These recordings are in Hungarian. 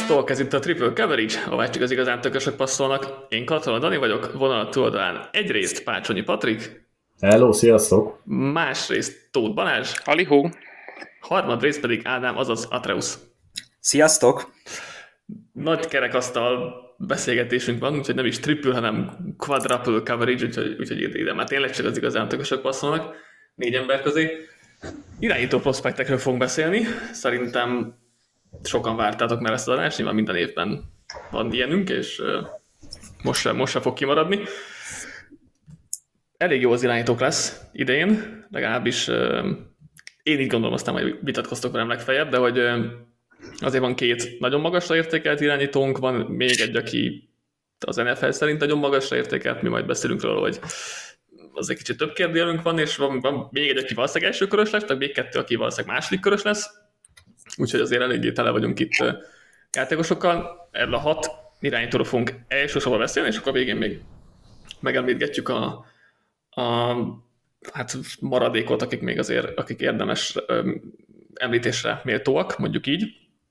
Sziasztok, ez itt a Triple Coverage, ahová csak az igazán tökösök passzolnak. Én Katona Dani vagyok, vonalat túloldalán egyrészt Pácsonyi Patrik. Hello, sziasztok! Másrészt Tóth Balázs. Halihó. Harmadrészt pedig Ádám, azaz Atreus. Sziasztok! Nagy kerekasztal beszélgetésünk van, úgyhogy nem is triple, hanem quadruple coverage, úgyhogy ide már tényleg csak az igazán tökösök passzolnak 4 ember közé. Irányító prospektekről fogunk beszélni. Szerintem sokan vártátok már ezt az adást, nyilván minden évben van ilyenünk, és most sem fog kimaradni. Elég jó az irányítók lesz idén, legalábbis én így gondolom, aztán majd vitatkoztok velem legfeljebb, de hogy azért van 2 nagyon magasra értékelt irányítónk, van még egy, aki az NFL szerint nagyon magasra értékelt, mi majd beszélünk róla, hogy az egy kicsit több kérdőjelünk van, és van még egy, aki valószínűleg első körös lesz, meg még 2, aki valószínűleg második körös lesz. Úgyhogy azért eléggé tele vagyunk itt játékosokkal. Erről a 6 irányítóról fogunk elsősorban beszélni, és akkor végén még megemlítgetjük a maradékot, akik még azért, akik érdemes említésre méltóak, mondjuk így.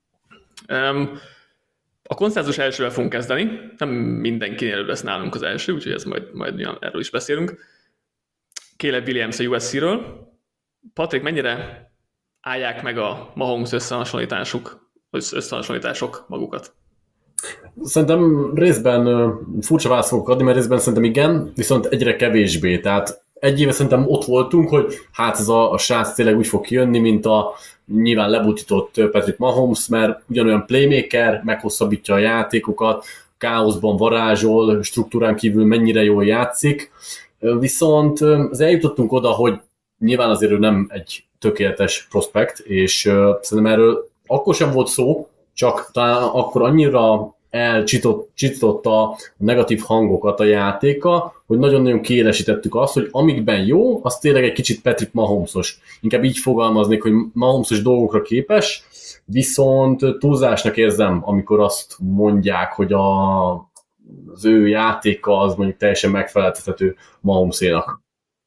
A konszenzus elsővel fogunk kezdeni. Nem mindenkinél lesz nálunk az első, úgyhogy ez majd erről is beszélünk. Caleb Williams a USC-ről. Patrik, mennyire állják meg a Mahomes összehasonlítások magukat? Szerintem részben furcsa választ fogok adni, mert részben szerintem igen, viszont egyre kevésbé. Tehát egy éve szerintem ott voltunk, hogy hát ez a srác tényleg úgy fog kijönni, mint a nyilván lebutított Patrick Mahomes, mert ugyanolyan playmaker, meghosszabbítja a játékokat, káoszban varázsol, struktúrán kívül mennyire jól játszik. Viszont az eljutottunk oda, hogy nyilván azért ő nem egy tökéletes prospekt, és szerintem erről akkor sem volt szó, csak talán akkor annyira elcsitotta a negatív hangokat a játéka, hogy nagyon-nagyon kiélesítettük azt, hogy amikben jó, az tényleg egy kicsit Patrick Mahomesos. Inkább így fogalmaznék, hogy Mahomesos dolgokra képes, viszont túlzásnak érzem, amikor azt mondják, hogy az ő játéka az mondjuk teljesen megfeleltethető Mahomesénak.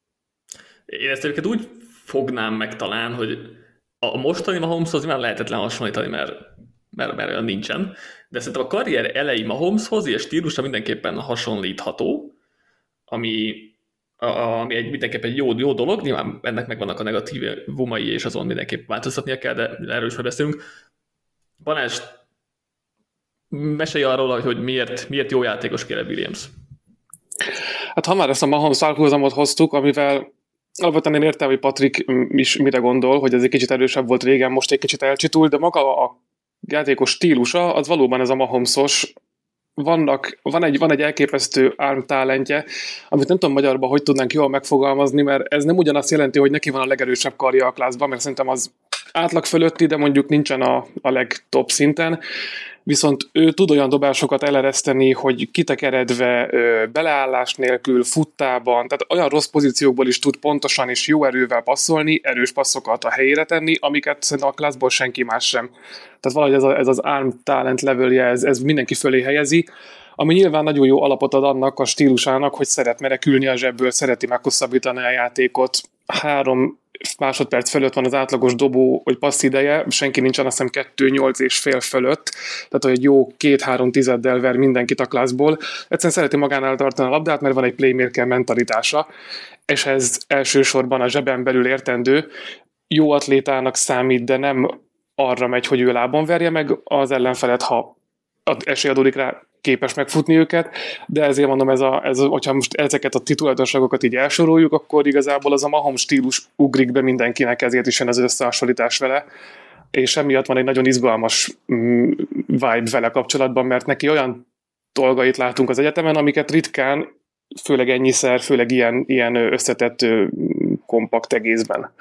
Én ezt egyébként úgy fognám meg talán, hogy a mostani Mahomeshoz már lehetetlen hasonlítani, mert olyan nincsen, de szerintem a karrier elejé Mahomeshoz és stílusra mindenképpen hasonlítható, ami egy mindenképpen egy jó dolog, nyilván ennek megvannak a negatív vumai, és azon mindenképp változtatnia kell, de erről is beszélünk. Balázs, mesélj arról, hogy miért jó játékos Caleb Williams. Hát ha már ezt a Mahomes párhuzamot hoztuk, amivel alapvetően én értem, hogy Patrik is mire gondol, hogy ez egy kicsit erősebb volt régen, most egy kicsit elcsitult, de maga a játékos stílusa, az valóban ez a Mahomesos. Van egy elképesztő arm talentje, amit nem tudom magyarban, hogy tudnánk jól megfogalmazni, mert ez nem ugyanazt jelenti, hogy neki van a legerősebb karja a klászban, mert szerintem az átlag fölötti, de mondjuk nincsen a legtop szinten. Viszont ő tud olyan dobásokat elereszteni, hogy kitekeredve, beleállás nélkül, futtában, tehát olyan rossz pozíciókból is tud pontosan és jó erővel passzolni, erős passzokat a helyére tenni, amiket szerintem a klászból senki más sem. Tehát valahogy ez az arm talent levelje, ez mindenki fölé helyezi, ami nyilván nagyon jó alapot ad annak a stílusának, hogy szeret menekülni a zsebből, szereti meghosszabbítani a játékot. 3 másodperc fölött van az átlagos dobó, hogy passz ideje, senki nincsen, azt hiszem 2-8 és fél fölött, tehát hogy egy jó 2-3 tizeddel ver mindenkit a klászból. Egyszerűen szereti magánál tartani a labdát, mert van egy playmaker mentalitása, és ez elsősorban a zseben belül értendő. Jó atlétának számít, de nem arra megy, hogy ő lábon verje meg az ellenfelet, ha esély adódik rá, képes megfutni őket, de ezért mondom, hogyha most ezeket a titulajdonságokat így elsoroljuk, akkor igazából az a Mahomes stílus ugrik be mindenkinek, ezért is jön az összehasonlítás vele, és emiatt van egy nagyon izgalmas vibe vele kapcsolatban, mert neki olyan dolgait látunk az egyetemen, amiket ritkán, főleg ennyiszer, főleg ilyen összetett kompakt egészben.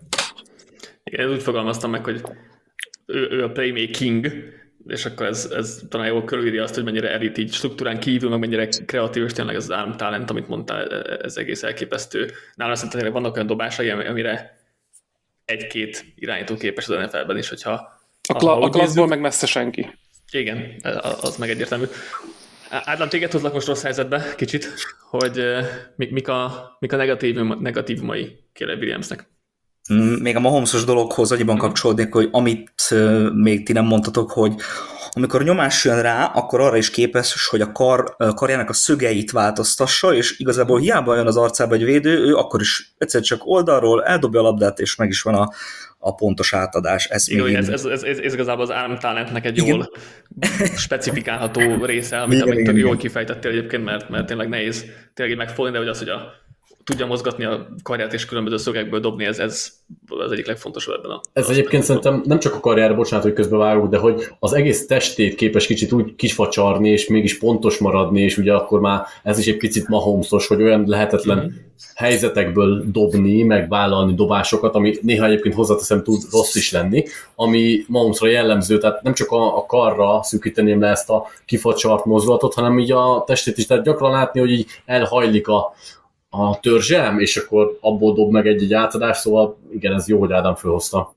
Igen, úgy fogalmaztam meg, hogy ő a playmaking, és akkor ez talán jól körülírja azt, hogy mennyire elit így struktúrán kívül, meg mennyire kreatív, és tényleg az arm talent, amit mondtál, ez egész elképesztő. Nálam szerintem vannak olyan dobásai, amire 1-2 irányító képes az NFL-ben is, hogyha... A klasszból meg messze senki. Igen, az meg egyértelmű. Ádám, téged hozlak most rossz helyzetbe kicsit, hogy mik a negatívumai Caleb Williamsnek. Még a Mahomesos dologhoz annyiban kapcsolódnék, hogy amit még ti nem mondtatok, hogy amikor nyomás jön rá, akkor arra is képes, hogy a karjának a szögeit változtassa, és igazából hiába jön az arcába egy védő, ő akkor is egyszer csak oldalról eldobja a labdát, és meg is van a pontos átadás. Ez igazából az Arm Talentnek egy jól specifikálható része, amit jól kifejtettél egyébként, mert tényleg nehéz tényleg megfogni, de hogy az, hogy tudja mozgatni a karját és különböző szögekből dobni, ez az egyik legfontosabb ebben Ez egyébként szerintem nem csak a karjára, bocsánat, hogy közbevágok, de hogy az egész testét képes kicsit úgy kisfacsarni, és mégis pontos maradni, és ugye akkor már ez is egy picit Mahomesos, hogy olyan lehetetlen helyzetekből dobni, meg vállalni dobásokat, ami néha egyébként hozzáteszem tud rossz is lenni, ami Mahomesra jellemző, tehát nem csak a karra szűkíteném le ezt a kifacsart mozdulatot, hanem így a testét is, tehát gyakran látni, hogy így elhajlik a törzsem, és akkor abból dob meg egy átadás, szóval igen, ez jó, hogy Ádám fölhozta.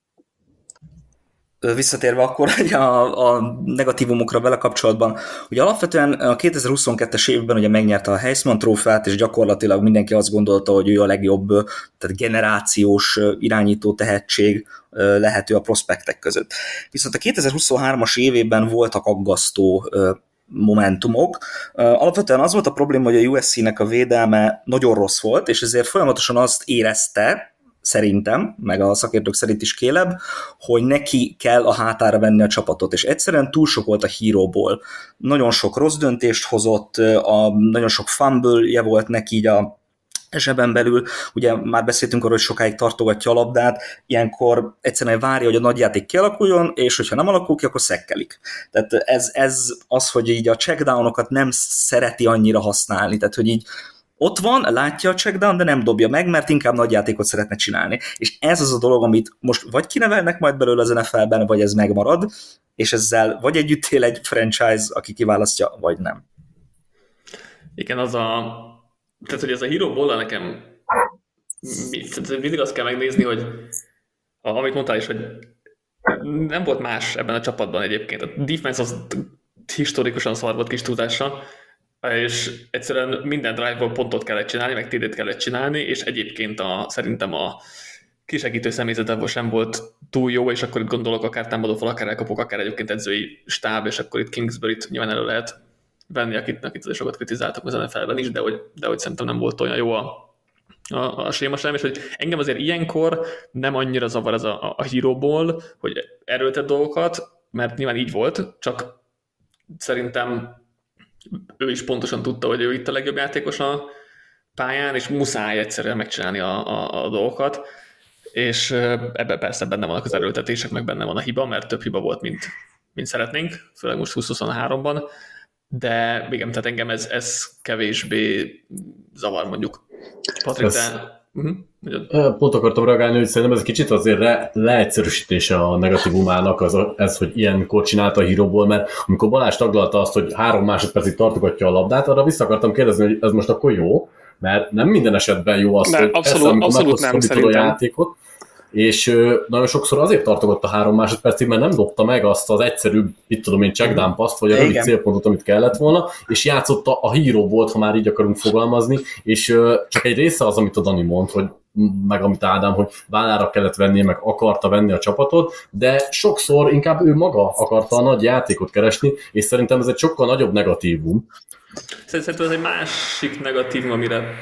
Visszatérve akkor a negatívumokra vele kapcsolatban, ugye alapvetően a 2022-es évben ugye megnyerte a Heisman trófeát, és gyakorlatilag mindenki azt gondolta, hogy ő a legjobb, tehát generációs irányító tehetség lehető a prospektek között. Viszont a 2023-as évében voltak aggasztó momentumok. Alapvetően az volt a probléma, hogy a USC-nek a védelme nagyon rossz volt, és ezért folyamatosan azt érezte, szerintem, meg a szakértők szerint is Caleb, hogy neki kell a hátára venni a csapatot, és egyszerűen túl sok volt a híróból. Nagyon sok rossz döntést hozott, nagyon sok fumble-je volt neki így a zseben belül, ugye már beszéltünk arról, hogy sokáig tartogatja a labdát, ilyenkor egyszerűen várja, hogy a nagyjáték kialakuljon, és hogyha nem alakul ki, akkor szekkelik. Tehát ez az, hogy így a checkdownokat nem szereti annyira használni, tehát hogy így ott van, látja a checkdown, de nem dobja meg, mert inkább nagyjátékot szeretne csinálni. És ez az a dolog, amit most vagy kinevelnek majd belőle az NFL-ben, vagy ez megmarad, és ezzel vagy együtt él egy franchise, aki kiválasztja, vagy nem. Igen, tehát, hogy ez a Hero Ball nekem mindig azt kell megnézni, hogy amit mondtál is, hogy nem volt más ebben a csapatban egyébként. A defense az historikusan szar volt kis túlzással, és egyszerűen minden drive-ból pontot kellett csinálni, meg TD-t kellett csinálni, és egyébként szerintem a kisegítő személyzeteből sem volt túl jó, és akkor itt gondolok akár támadófal, akár elkapok, akár egyébként edzői stáb, és akkor itt Kingsbury-t nyilván elő lehet venni, akit sokat kritizáltak az NFL-ben is, de hogy szerintem nem volt olyan jó a séma sem, és hogy engem azért ilyenkor nem annyira zavar ez a híróból, hogy erőltet dolgokat, mert nyilván így volt, csak szerintem ő is pontosan tudta, hogy ő itt a legjobb játékos a pályán, és muszáj egyszerűen megcsinálni a dolgokat, és ebben persze benne vannak az erőltetések, meg benne van a hiba, mert több hiba volt, mint szeretnénk, főleg most 2023-ban, de igen, tehát engem ez kevésbé zavar mondjuk. Patrik, te... Pont akartam reagálni, hogy szerintem ez kicsit azért leegyszerűsítése a negatívumának, ez, hogy ilyenkor csinálta a híróból, mert amikor Balázs taglalta azt, hogy 3 másodpercig tartogatja a labdát, arra vissza akartam kérdezni, hogy ez most akkor jó, mert nem minden esetben jó az, hogy abszolút nem a játékot, és nagyon sokszor azért tartogott a 3 másodpercig, mert nem dobta meg azt az egyszerűbb, itt tudom én, checkdown paszt, vagy a rövid célpontot, amit kellett volna, és játszotta a híró volt, ha már így akarunk fogalmazni, és csak egy része az, amit a Dani mond, hogy meg amit Ádám, hogy vállára kellett vennie, meg akarta venni a csapatot, de sokszor inkább ő maga akarta a nagy játékot keresni, és szerintem ez egy sokkal nagyobb negatívum. Szerintem ez egy másik negatívum,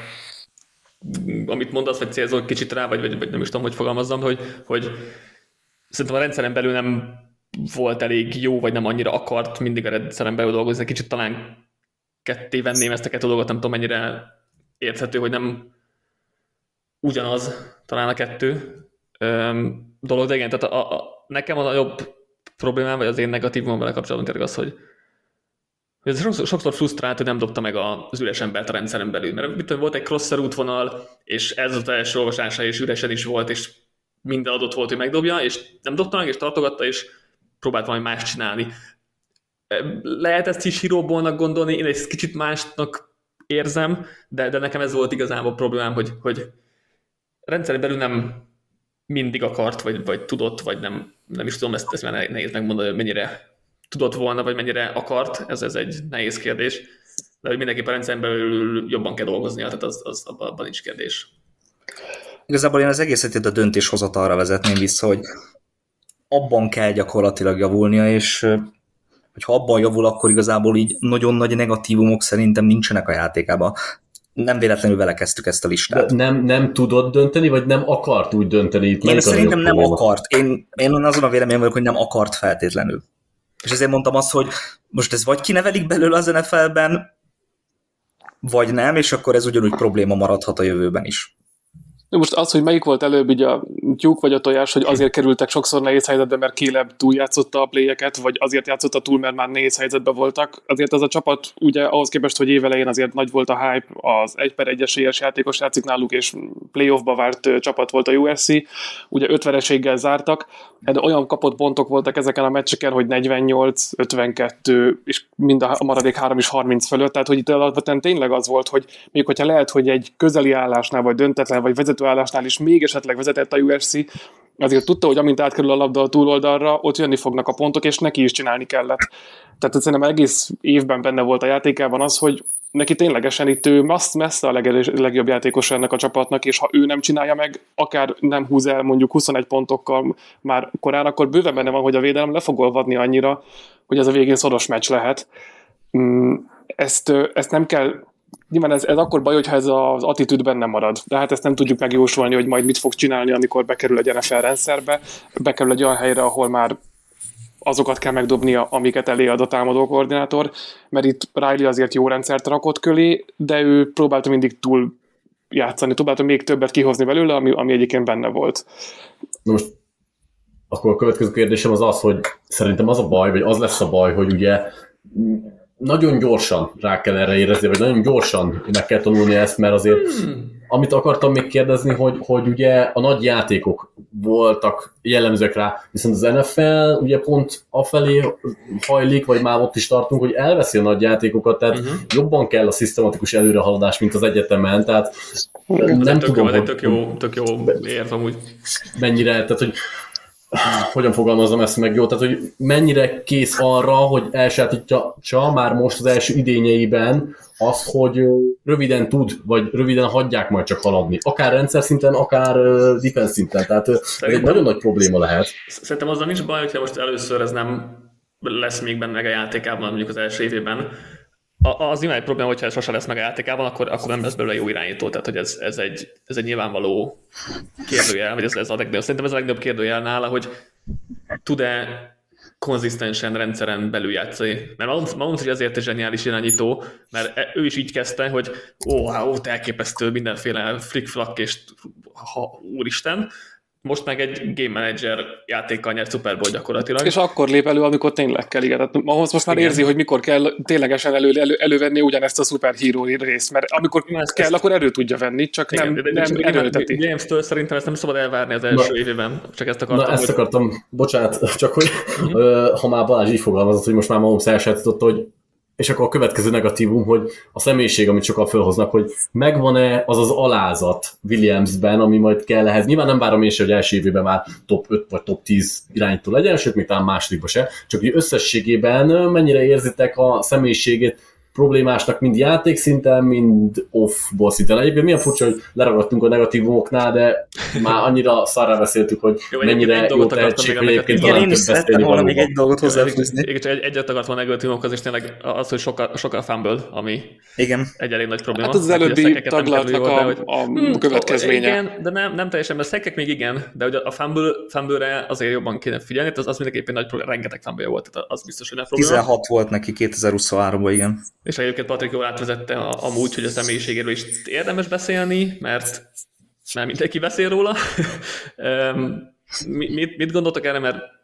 amit mondasz, vagy célzol kicsit rá, vagy nem is tudom, hogy fogalmazzam, hogy szerintem a rendszeren belül nem volt elég jó, vagy nem annyira akart mindig a rendszeren belül dolgozni. Kicsit talán ketté venném ezt a 2 dolgot, nem tudom, mennyire érthető, hogy nem ugyanaz talán a 2 dolog, de igen, tehát nekem a nagyobb problémám, vagy az én negatívumom vele kapcsolatban tényleg az, hogy ez sokszor frusztrált, hogy nem dobta meg az üres embert a rendszeren belül. Mert volt egy crosser útvonal, és ez az első olvasása, és üresen is volt, és minden adott volt, hogy megdobja, és nem dobta meg, és tartogatta, és próbált valami más csinálni. Lehet ezt is híróbolnak gondolni, én egy kicsit másnak érzem, de nekem ez volt igazából problémám, hogy rendszeren belül nem mindig akart, vagy tudott, vagy nem is tudom, ezt már nehéz megmondani, hogy mennyire tudott volna, vagy mennyire akart, ez egy nehéz kérdés, de hogy mindenképpen a rendszeren belül jobban kell dolgoznia, tehát abban nincs kérdés. Igazából én az egészet a döntéshozatalra vezetném vissza, hogy abban kell gyakorlatilag javulnia, és ha abban javul, akkor igazából így nagyon nagy negatívumok szerintem nincsenek a játékában. Nem véletlenül vele kezdtük ezt a listát. De nem tudott dönteni, vagy nem akart úgy dönteni? Én szerintem nem akart. Én azon a véleményem vagyok, hogy nem akart feltétlenül. És ezért mondtam azt, hogy most ez vagy kinevelik belőle az NFL-ben, vagy nem, és akkor ez ugyanúgy probléma maradhat a jövőben is. Most az, hogy melyik volt előbb így a tyúk vagy a tojás, hogy azért kerültek sokszor nehéz helyzetbe, mert Caleb túljátszotta a playeket, vagy azért játszotta túl, mert már nehéz helyzetben voltak. Azért ez a csapat, ugye ahhoz képest, hogy évelején azért nagy volt a hype, az 1/1 esélyes játékos játszik náluk, és playoffba várt csapat volt a USC, ugye 5 vereséggel zártak, de olyan kapott pontok voltak ezeken a meccseken, hogy 48, 52, és mind a maradék 3 is 30 fölött, tehát hogy itt alapvetően tényleg az volt, hogy még hogyha lehet, hogy egy közeli állásnál, vagy döntetlen, vagy vezetőállásnál is még esetleg vezetett a USC, azért tudta, hogy amint átkerül a labda a túloldalra, ott jönni fognak a pontok, és neki is csinálni kellett. Tehát szerintem egész évben benne volt a játékában az, hogy neki ténylegesen itt ő messze a legjobb játékos ennek a csapatnak, és ha ő nem csinálja meg, akár nem húz el mondjuk 21 pontokkal már korán, akkor bőven benne van, hogy a védelem le fog olvadni annyira, hogy ez a végén szoros meccs lehet. Ezt nem kell. Nyilván ez akkor baj, hogyha ez az attitűd benne marad. De hát ezt nem tudjuk megjósolni, hogy majd mit fog csinálni, amikor bekerül egy NFL rendszerbe, bekerül egy olyan helyre, ahol már azokat kell megdobnia, amiket elé ad a támadó koordinátor, mert itt Riley azért jó rendszert rakott köré, de ő próbálta mindig túl játszani, próbálta még többet kihozni belőle, ami egyébként benne volt. Na most akkor a következő kérdésem az, hogy szerintem az a baj, vagy az lesz a baj, hogy ugye nagyon gyorsan rá kell erre érezni, vagy nagyon gyorsan meg kell tanulni ezt, mert azért amit akartam még kérdezni, hogy ugye a nagy játékok voltak jellemzők rá, viszont az NFL ugye pont afelé hajlik, vagy már ott is tartunk, hogy elveszi a nagy játékokat, tehát jobban kell a szisztematikus előrehaladás, mint az egyetemen, tehát nem tudom, hogy tök jó érv amúgy. Mennyire, tehát hogy hogyan fogalmazom ezt meg jó, tehát hogy mennyire kész arra, hogy elsajátítsa már most az első idényeiben azt, hogy röviden tud, vagy röviden hagyják majd csak haladni. Akár rendszer szinten, akár defense szinten. Tehát ez egy nagyon nagy probléma lehet. Szerintem azzal nincs baj, hogyha most először ez nem lesz még benne meg a játékában, mondjuk az első évében. Az nyilván egy probléma, hogyha ez sosem lesz meg a játékában, akkor nem lesz belőle jó irányító. Tehát, hogy ez egy nyilvánvaló kérdőjel, vagy ez a legnagyobb. Szerintem ez a legnagyobb kérdőjel nála, hogy tud-e konzisztensen rendszeren belül játszani. Mert Mahomes hogy azért egy zseniális irányító, mert ő is így kezdte, hogy elképesztő mindenféle flick-flack és úristen, most meg egy game manager játékkal nyert Super Bowl gyakorlatilag. És akkor lép elő, amikor tényleg kell, igen. Tehát ahhoz most már érzi, hogy mikor kell ténylegesen elővenni ugyanezt a szuperhíró részt, mert amikor kell, akkor elő tudja venni, csak nem erőlteti. James-től szerintem ezt nem szabad elvárni az első évében, csak ezt akartam. Ezt akartam, bocsánat, csak hogy ha már Balázs így fogalmazott, hogy most már Mahomes elsajátította, hogy és akkor a következő negatívum, hogy a személyiség, amit sokan felhoznak, hogy megvan-e az alázat Williamsben, ami majd kell ehhez. Nyilván nem várom én se, hogy első évében már top 5 vagy top 10 irányító legyen, sőt, még talán másodikban se. Csak hogy összességében mennyire érzitek a személyiségét problémásnak mind játékszinten, mind off-ból szinten. Egyébként milyen furcsa, hogy leragadtunk a negatívumoknál, de már annyira szarrá beszéltük, hogy mennyire jó tehetség, hogy egyébként talán több beszélni volna még egy dolgot hozzáfűzni. Egyet akartam a negatívumokhoz, és tényleg az, hogy sokkal fumble, ami egy elég nagy probléma. Hát az előbbi taglaltnak a következménye. Igen, de nem teljesen, mert szekkek még igen, de hogy a fumble-re azért jobban kéne figyelni, az mindenképpen nagy probléma, rengeteg fumble volt, tehát az biztos, hogy nem probléma. 16 volt neki 2023-ban, igen. És egyébként Patrik jól átvezette amúgy, hogy a személyiségéről is érdemes beszélni, mert mindenki beszél róla. Mit gondoltok erre,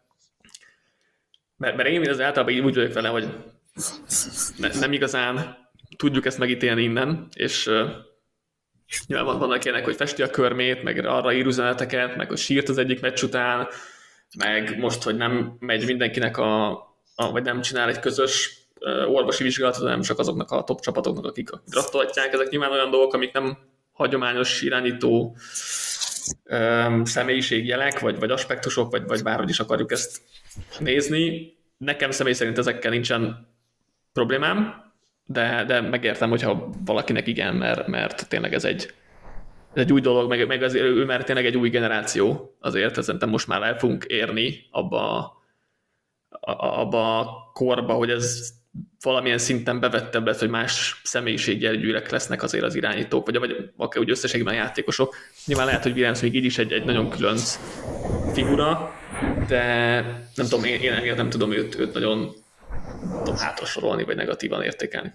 mert én az általában úgy vagyok vele, hogy nem igazán tudjuk ezt megítélni innen, és nyilván vannak ilyenek, hogy festi a körmét, meg arra ír üzeneteket, meg hogy sírt az egyik meccs után, meg most, hogy nem megy mindenkinek vagy nem csinál egy közös orvosi vizsgálatot, hanem csak azoknak a top csapatoknak, akik draftolhatják. Ezek nyilván olyan dolgok, amik nem hagyományos irányító személyiségjelek, vagy aspektusok, vagy bárhogy is akarjuk ezt nézni. Nekem személy szerint ezekkel nincsen problémám, de megértem, hogyha valakinek igen, mert tényleg ez egy új dolog, meg azért ő már tényleg egy új generáció, azért szerintem most már el fogunk érni abba abba a korba, hogy ez valamilyen szinten bevettebb lesz, hogy más személyiségjelgyűrek lesznek azért az irányítók, vagy akár úgy összességben a játékosok. Nyilván lehet, hogy Williams még így is egy nagyon különc figura, de nem tudom, én nem tudom őt nagyon hátra sorolni, vagy negatívan értékelni.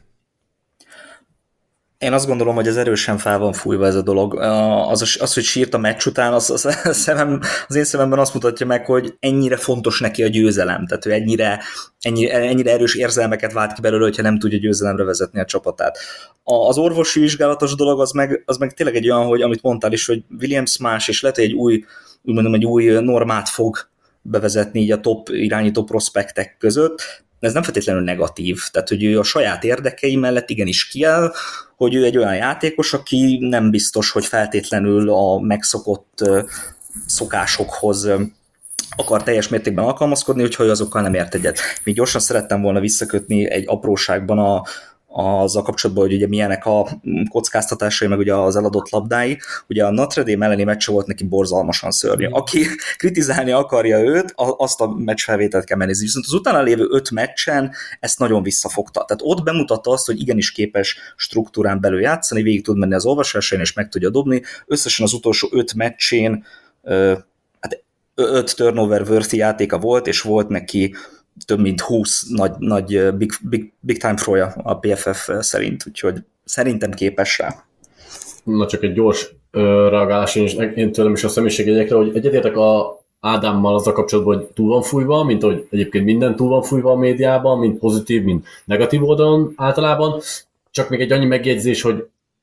Én azt gondolom, hogy ez erősen fel van fújva ez a dolog. Az hogy sírt a meccs után, az én szememben azt mutatja meg, hogy ennyire fontos neki a győzelem. Tehát ő ennyire erős érzelmeket vált ki belőle, hogyha nem tudja győzelemre vezetni a csapatát. Az orvosi vizsgálatos dolog az meg tényleg egy olyan, hogy amit mondtál is, hogy Williams más, és lehet, hogy egy új normát fog bevezetni így a top irányító prospektek között. Ez nem feltétlenül negatív, tehát hogy ő a saját érdekei mellett igenis kiáll, hogy ő egy olyan játékos, aki nem biztos, hogy feltétlenül a megszokott szokásokhoz akar teljes mértékben alkalmazkodni, úgyhogy azokkal nem ért egyet. Még gyorsan szerettem volna visszakötni egy apróságban azzal kapcsolatban, hogy ugye milyenek a kockáztatásai, meg ugye az eladott labdái. Ugye a Notre Dame elleni meccse volt neki borzalmasan szörnyű. Aki kritizálni akarja őt, azt a meccsfelvételt kell megnézni. Viszont az utána lévő 5 meccsen ezt nagyon visszafogta. Tehát ott bemutatta azt, hogy igenis képes struktúrán belül játszani, végig tud menni az olvasásain, és meg tudja dobni. Összesen az utolsó 5 meccsén 5 turnover worthy játéka volt, és volt neki több mint 20 nagy big time throw-ja a PFF szerint, úgyhogy szerintem képes rá. Na csak egy gyors reagálás, én tőlem is a személyiségjegyekre, hogy egyetértek Ádámmal azzal kapcsolatban, hogy túl van fújva, mint hogy egyébként minden túl van fújva a médiában, mint pozitív, mint negatív oldalon általában. Csak még egy annyi megjegyzés, hogy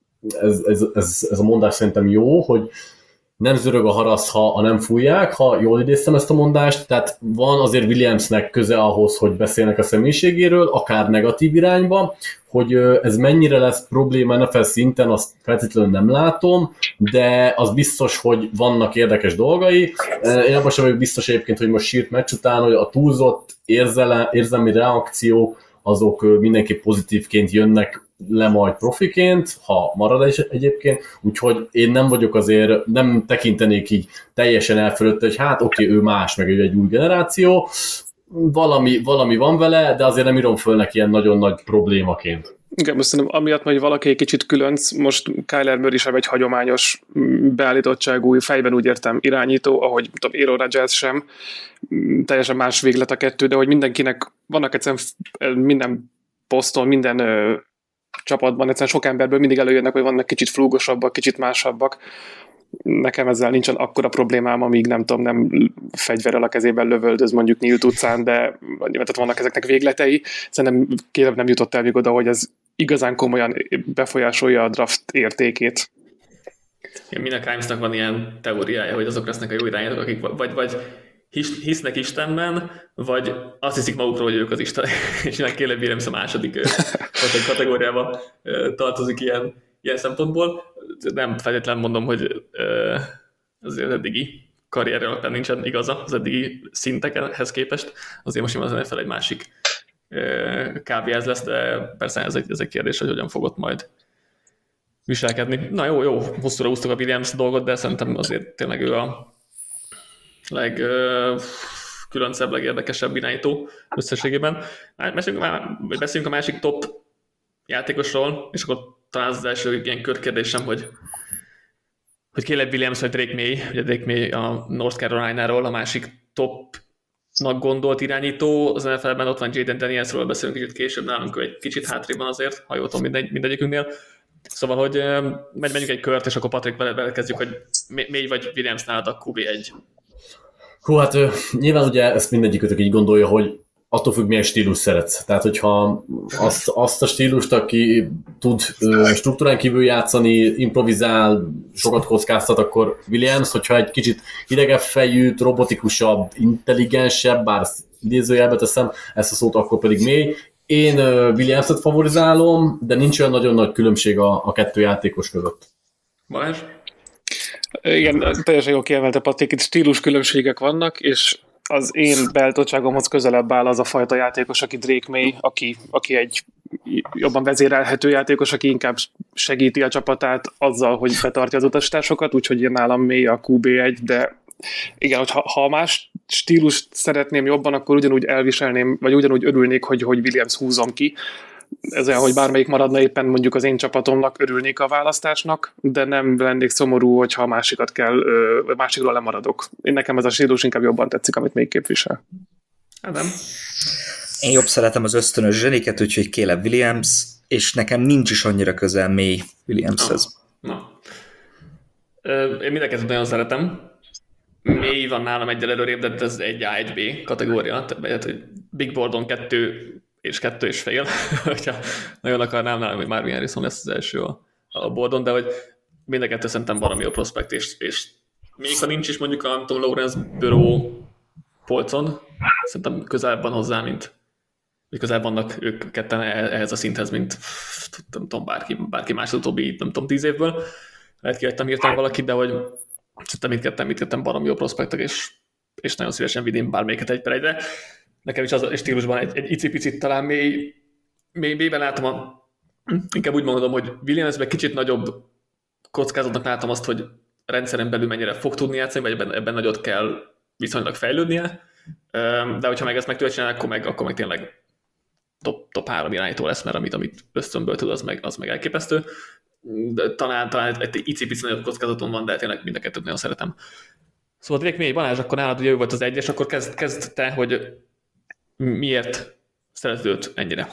ez a mondás szerintem jó, hogy nem zörög a harasz, ha nem fújják, ha jól idéztem ezt a mondást, tehát van azért Williamsnek köze ahhoz, hogy beszélnek a személyiségéről, akár negatív irányba, hogy ez mennyire lesz probléma NFL szinten, azt feltétlenül nem látom, de az biztos, hogy vannak érdekes dolgai. Én abban sem vagyok biztos egyébként, hogy most sírt meccs után, hogy a túlzott érzelmi reakciók, azok mindenképp pozitívként jönnek le majd profiként, ha marad egyébként, úgyhogy én nem vagyok azért, nem tekintenék így teljesen elfölött, hogy hát oké, ő más, meg ő egy új generáció, valami van vele, de azért nem írom föl neki ilyen nagyon nagy problémaként. Igen, most szerintem amiatt, hogy valaki egy kicsit különc, most Kyler Murray sem egy hagyományos beállítottságú, fejben úgy értem irányító, ahogy tudom, Aaron Rodgers sem, teljesen más véglet a kettő, de hogy mindenkinek vannak egyszerűen minden poszton, minden csapatban, egyszerűen sok emberből mindig előjönnek, hogy vannak kicsit flúgosabbak, kicsit másabbak. Nekem ezzel nincsen akkora problémám, amíg nem fegyverrel a kezében lövöldöz mondjuk Nyílt utcán, de tehát vannak ezeknek végletei. Szerintem kérem nem jutott el még oda, hogy ez igazán komolyan befolyásolja a draft értékét. Igen, mind a Crimesnak van ilyen teóriája, hogy azok lesznek a jó irányítók, akik vagy hisznek Istenben, vagy azt hiszik magukról, hogy ők az Isten, és innen Caleb Williams a második kategóriába tartozik ilyen szempontból. Nem feltétlenül mondom, hogy azért az eddigi karrierje alapján nincsen igaza az eddigi szintekhez képest. Azért most az NFL egy másik kávéház lesz, de persze ez egy kérdés, hogy hogyan fogott majd viselkedni. Na jó, hosszúra úsztuk a Williams dolgot, de szerintem azért tényleg ő a legkülöncebb, legérdekesebb irányító összességében. Beszéljünk a másik top játékosról, és akkor talán az első ilyen körkérdésem, hogy Caleb Williams vagy Drake May, ugye Drake May a North Carolina-ról a másik topnak gondolt irányító, az NFL-ben ott van Jaden Danielsről, beszélünk kicsit később, nálunk egy kicsit hátrében azért, ha jól tudom mindegyikünknél. Szóval, hogy menjünk egy kört, és akkor Patrik vele kezdjük, hogy May vagy Williams nálad a QB1. Hú, hát nyilván ugye ezt mindegyikőtök így gondolja, hogy attól függ, milyen stílus szeretsz. Tehát, hogyha azt a stílust, aki tud struktúrán kívül játszani, improvizál, sokat kockáztat, akkor Williams, hogyha egy kicsit hidegebb fejűt, robotikusabb, intelligensebb, bár idézőjelbe teszem ezt a szót, akkor pedig May. Én Williams-et favorizálom, de nincs olyan nagyon nagy különbség a kettő játékos között. Balázs? Igen, teljesen jól kiemelte Patrik, itt stílus különbségek vannak, és az én beállítottságomhoz közelebb áll az a fajta játékos, aki Drake May, aki egy jobban vezérelhető játékos, aki inkább segíti a csapatát azzal, hogy betartja az utasításokat, úgyhogy én nálam May a QB1, de igen, hogy ha más stílust szeretném jobban, akkor ugyanúgy elviselném, vagy ugyanúgy örülnék, hogy Williams húzom ki. Ez olyan, hogy bármelyik maradna éppen mondjuk az én csapatomnak, örülnék a választásnak, de nem lennék szomorú, hogyha a másikat kell, másikról lemaradok. Nekem ez a stílus inkább jobban tetszik, amit még képvisel. Nem. Én jobb szeretem az ösztönös zseniket, úgyhogy Caleb Williams, és nekem nincs is annyira közel May Williamshez. Én mindenket nagyon szeretem. May van nálam egyel előrébb, de ez egy A, egy B kategória. Tehát Big Boardon 2 és 2,5, hogyha nagyon akarnám nálam, hogy Marvin Harrison lesz az első a boardon, de hogy mind a kettő szerintem valami a prospekt, és még ha nincs is mondjuk a Tom Lawrence Burrow polcon, szerintem közelebb van hozzá, mint közelebb vannak ők ketten ehhez a szinthez, mint nem tudom, bárki más az utóbbi, nem tudom, 10 évből. Lehet kihagytam hirtelen valakit, de hogy szerintem mindketten baromi jó prospektek, és nagyon szívesen vinném bármelyiket 1-1-re. Nekem is az a stílusban egy icipicit talán mélyben látom inkább úgy mondom, hogy Williamsben kicsit nagyobb kockázatnak látom azt, hogy rendszeren belül mennyire fog tudni játszani, vagy ebben nagyot kell viszonylag fejlődnie, de hogyha meg ezt meg tudja csinálni, akkor meg tényleg top 3 irányító lesz, mert amit ösztönből tud, az meg elképesztő. De talán egy icipici nagyobb kockázaton van, de tényleg mind a kettőt nagyon szeretem. Szóval direkt még Balázs, akkor nálad ugye ő volt az 1-es, akkor kezd te, hogy miért szereted őt ennyire?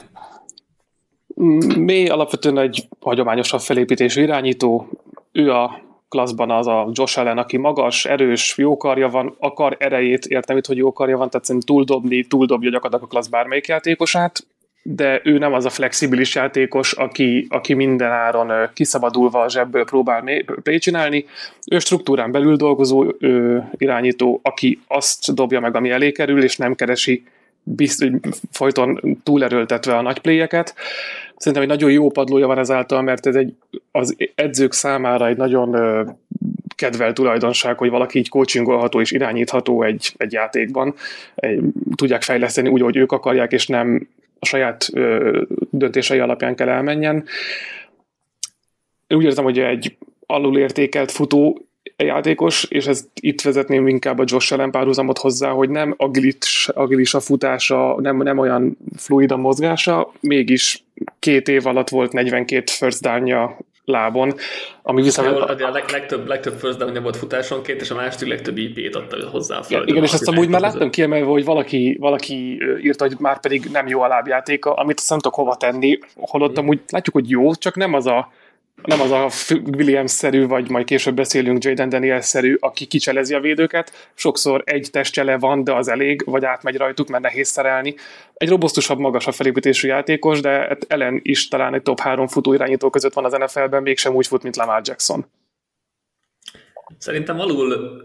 May alapvetően egy hagyományosabb felépítésű irányító. Ő a klasszban az a Josh Allen, aki magas, erős, jó karja van, akar erejét, értem itt, hogy jó karja van, tehát szerintem túldobja gyakorlatilag a klassz bármelyik játékosát, de ő nem az a flexibilis játékos, aki minden áron kiszabadulva a zsebből próbál play csinálni. Ő struktúrán belül dolgozó irányító, aki azt dobja meg, ami elé kerül, és nem keresi folyton túlerőltetve a nagy playeket. Szerintem egy nagyon jó padlója van ezáltal, mert ez az edzők számára egy nagyon kedvelt tulajdonság, hogy valaki így coachingolható és irányítható egy játékban. Tudják fejleszteni úgy, ahogy ők akarják, és nem a saját döntései alapján kell elmenjen. Úgy érzem, hogy egy alulértékelt futó játékos, és itt vezetném inkább a Josh Allen párhuzamot hozzá, hogy nem agilis a futása, nem olyan fluid a mozgása, mégis 2 év alatt volt 42 first down-ja lábon, ami viszont... A legtöbb first down-ja volt futásonként, és a második legtöbb IP-t adta hozzá a földön. Igen, és ezt amúgy már láttam kiemelve, hogy valaki írta, hogy már pedig nem jó a lábjátéka, amit azt nem tudok hova tenni, holott amúgy látjuk, hogy jó, csak nem az a Williams-szerű, vagy majd később beszélünk Jaden Daniels-szerű, aki kicselezi a védőket. Sokszor egy testcsele van, de az elég, vagy átmegy rajtuk, mert nehéz szerelni. Egy robusztusabb, magasabb felépítésű játékos, de Allen is talán egy top 3 futó irányító között van az NFL-ben, mégsem úgy fut, mint Lamar Jackson. Szerintem alul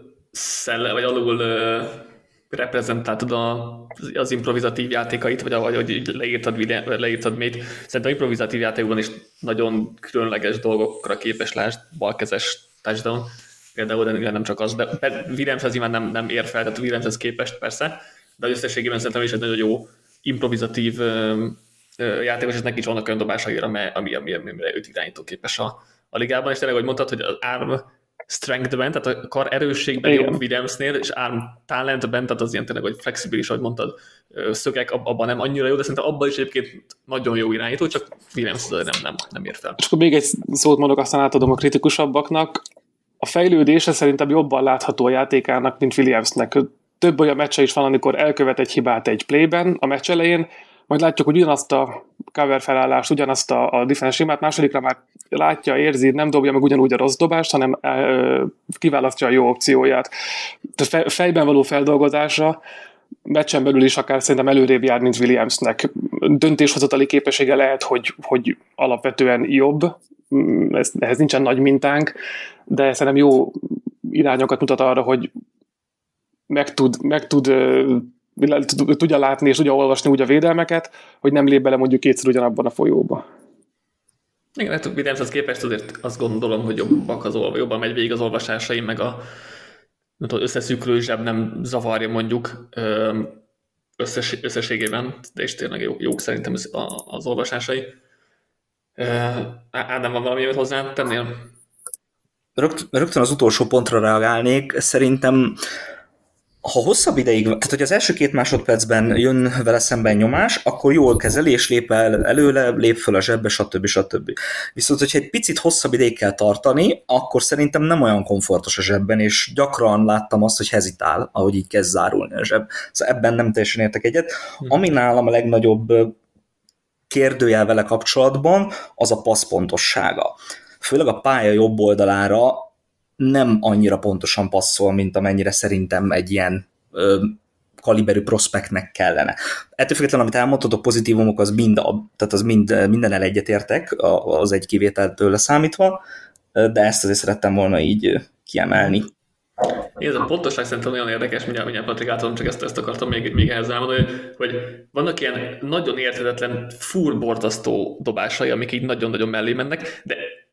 reprezentáltad az improvizatív játékait, vagy ahogy leírtad még. Szerintem improvizatív játékban is nagyon különleges dolgokra képes, lásd, balkezes touchdown, például, de nem csak az, de Williamshez nyilván nem ér fel, tehát Williamshez képest persze, de összességében szerintem is egy nagyon jó improvizatív játékos, és neki is vannak olyan dobásaira, amire őt irányító képes a ligában, és tényleg, ahogy mondtad, hogy az arm strength-ben, tehát a kar erősségben jobb Williamsnél, és arm talentben, tehát az ilyen tényleg, hogy flexibilis, ahogy mondtad, szögek, abban nem annyira jó, de szerintem abban is egyébként nagyon jó irányító, csak Williams nem ér fel. És akkor még egy szót mondok, aztán átadom a kritikusabbaknak. A fejlődése szerintem jobban látható a játékának, mint Williamsnek. Több olyan meccse is van, amikor elkövet egy hibát egy playben a meccs elején, majd látjuk, hogy ugyanazt a cover felállást, ugyanazt a defense sémát, másodikra már látja, érzi, nem dobja meg ugyanúgy a rossz dobást, hanem kiválasztja a jó opcióját. Tehát fejben való feldolgozása meccsen belül is akár szerintem előrébb jár, mint Williamsnek. Döntéshozatali képessége lehet, hogy alapvetően jobb, ehhez nincsen nagy mintánk, de szerintem jó irányokat mutat arra, hogy tudja látni és tudja olvasni úgy a védelmeket, hogy nem lép bele mondjuk 2-szer ugyanabban a folyóba. Igen, hát Williamshez képest azért azt gondolom, hogy jobban megy végig az olvasásai, meg összeszűkülő zseb nem zavarja mondjuk összességében, de is tényleg jók szerintem az olvasásai. Ádám, van valami, amit hozzá tennél? Rögtön az utolsó pontra reagálnék. Szerintem ha hosszabb ideig, tehát hogy az első 2 másodpercben jön vele szemben nyomás, akkor jól kezeli, és lép el előle, lép föl a zsebbe, stb. Viszont, hogyha egy picit hosszabb ideig kell tartani, akkor szerintem nem olyan komfortos a zsebben, és gyakran láttam azt, hogy hezitál, ahogy így kezd zárulni a zseb. Szóval ebben nem teljesen értek egyet. Ami nálam a legnagyobb kérdőjel vele kapcsolatban, az a passzpontossága. Főleg a pálya jobb oldalára nem annyira pontosan passzol, mint amennyire szerintem egy ilyen kaliberű prospektnek kellene. Ettől függetlenül, amit elmondtatok, pozitívumok, az mindennel egyetértek, az egy kivételtől számítva, de ezt azért szerettem volna így kiemelni. Én ez a pontosság szerintem nagyon érdekes, mindjárt Patrik átadom, csak ezt akartam még ehhez elmondani, hogy vannak ilyen nagyon érthetetlen, borzasztó dobásai, amik így nagyon-nagyon mellé mennek,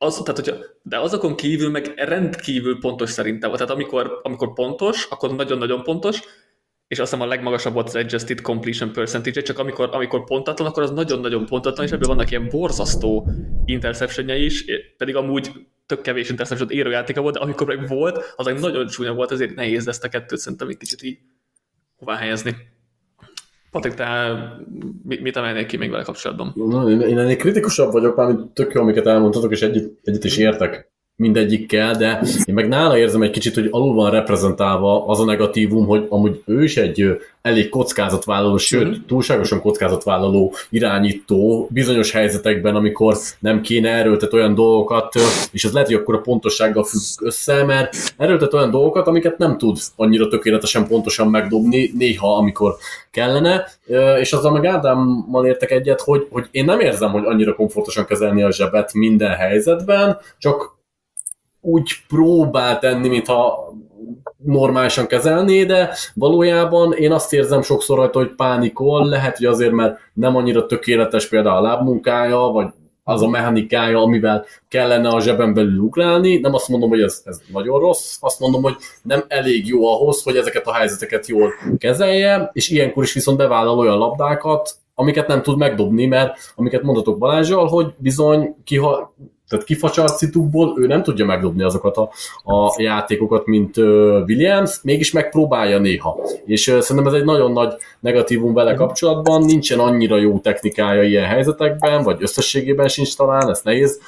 de azokon kívül meg rendkívül pontos szerintem. Tehát amikor pontos, akkor nagyon-nagyon pontos, és azt hiszem a legmagasabb volt az adjusted completion percentage, csak amikor pontatlan, akkor az nagyon-nagyon pontatlan, és ebből vannak ilyen borzasztó interceptionjei is, pedig amúgy tök kevés interception érőjátéka volt, de amikor meg volt, az egy nagyon csúnya volt, ezért nehéz ezt a kettőt szerintem egy kicsit így hová helyezni. Patrik, te mit emelnél ki még vele kapcsolatban? Én ennél kritikusabb vagyok, mármint tök jó, amiket elmondtatok, és egyet is értek mindegyikkel, de én meg nála érzem egy kicsit, hogy alul van reprezentálva az a negatívum, hogy amúgy ő is egy elég kockázatvállaló, sőt, túlságosan kockázatvállaló irányító bizonyos helyzetekben, amikor nem kéne erőltet olyan dolgokat, és ez lehet, hogy akkor a pontossággal függ össze, mert erőltet olyan dolgokat, amiket nem tud annyira tökéletesen pontosan megdobni, néha, amikor kellene, és azzal meg Ádámmal értek egyet, hogy én nem érzem, hogy annyira komfortosan kezelni a zsebet minden helyzetben, csak úgy próbál tenni, mintha normálisan kezelné, de valójában én azt érzem sokszor rajta, hogy pánikol, lehet, hogy azért, mert nem annyira tökéletes például a lábmunkája, vagy az a mechanikája, amivel kellene a zseben belül ugrálni. Nem azt mondom, hogy ez nagyon rossz, azt mondom, hogy nem elég jó ahhoz, hogy ezeket a helyzeteket jól kezelje, és ilyenkor is viszont bevállal olyan labdákat, amiket nem tud megdobni, mert amiket mondatok Balázsral, hogy bizony tehát kifacsart szitukból ő nem tudja megdobni azokat a játékokat, mint Williams, mégis megpróbálja néha. És szerintem ez egy nagyon nagy negatívum vele kapcsolatban, nincsen annyira jó technikája ilyen helyzetekben, vagy összességében sincs talán, ezt nehéz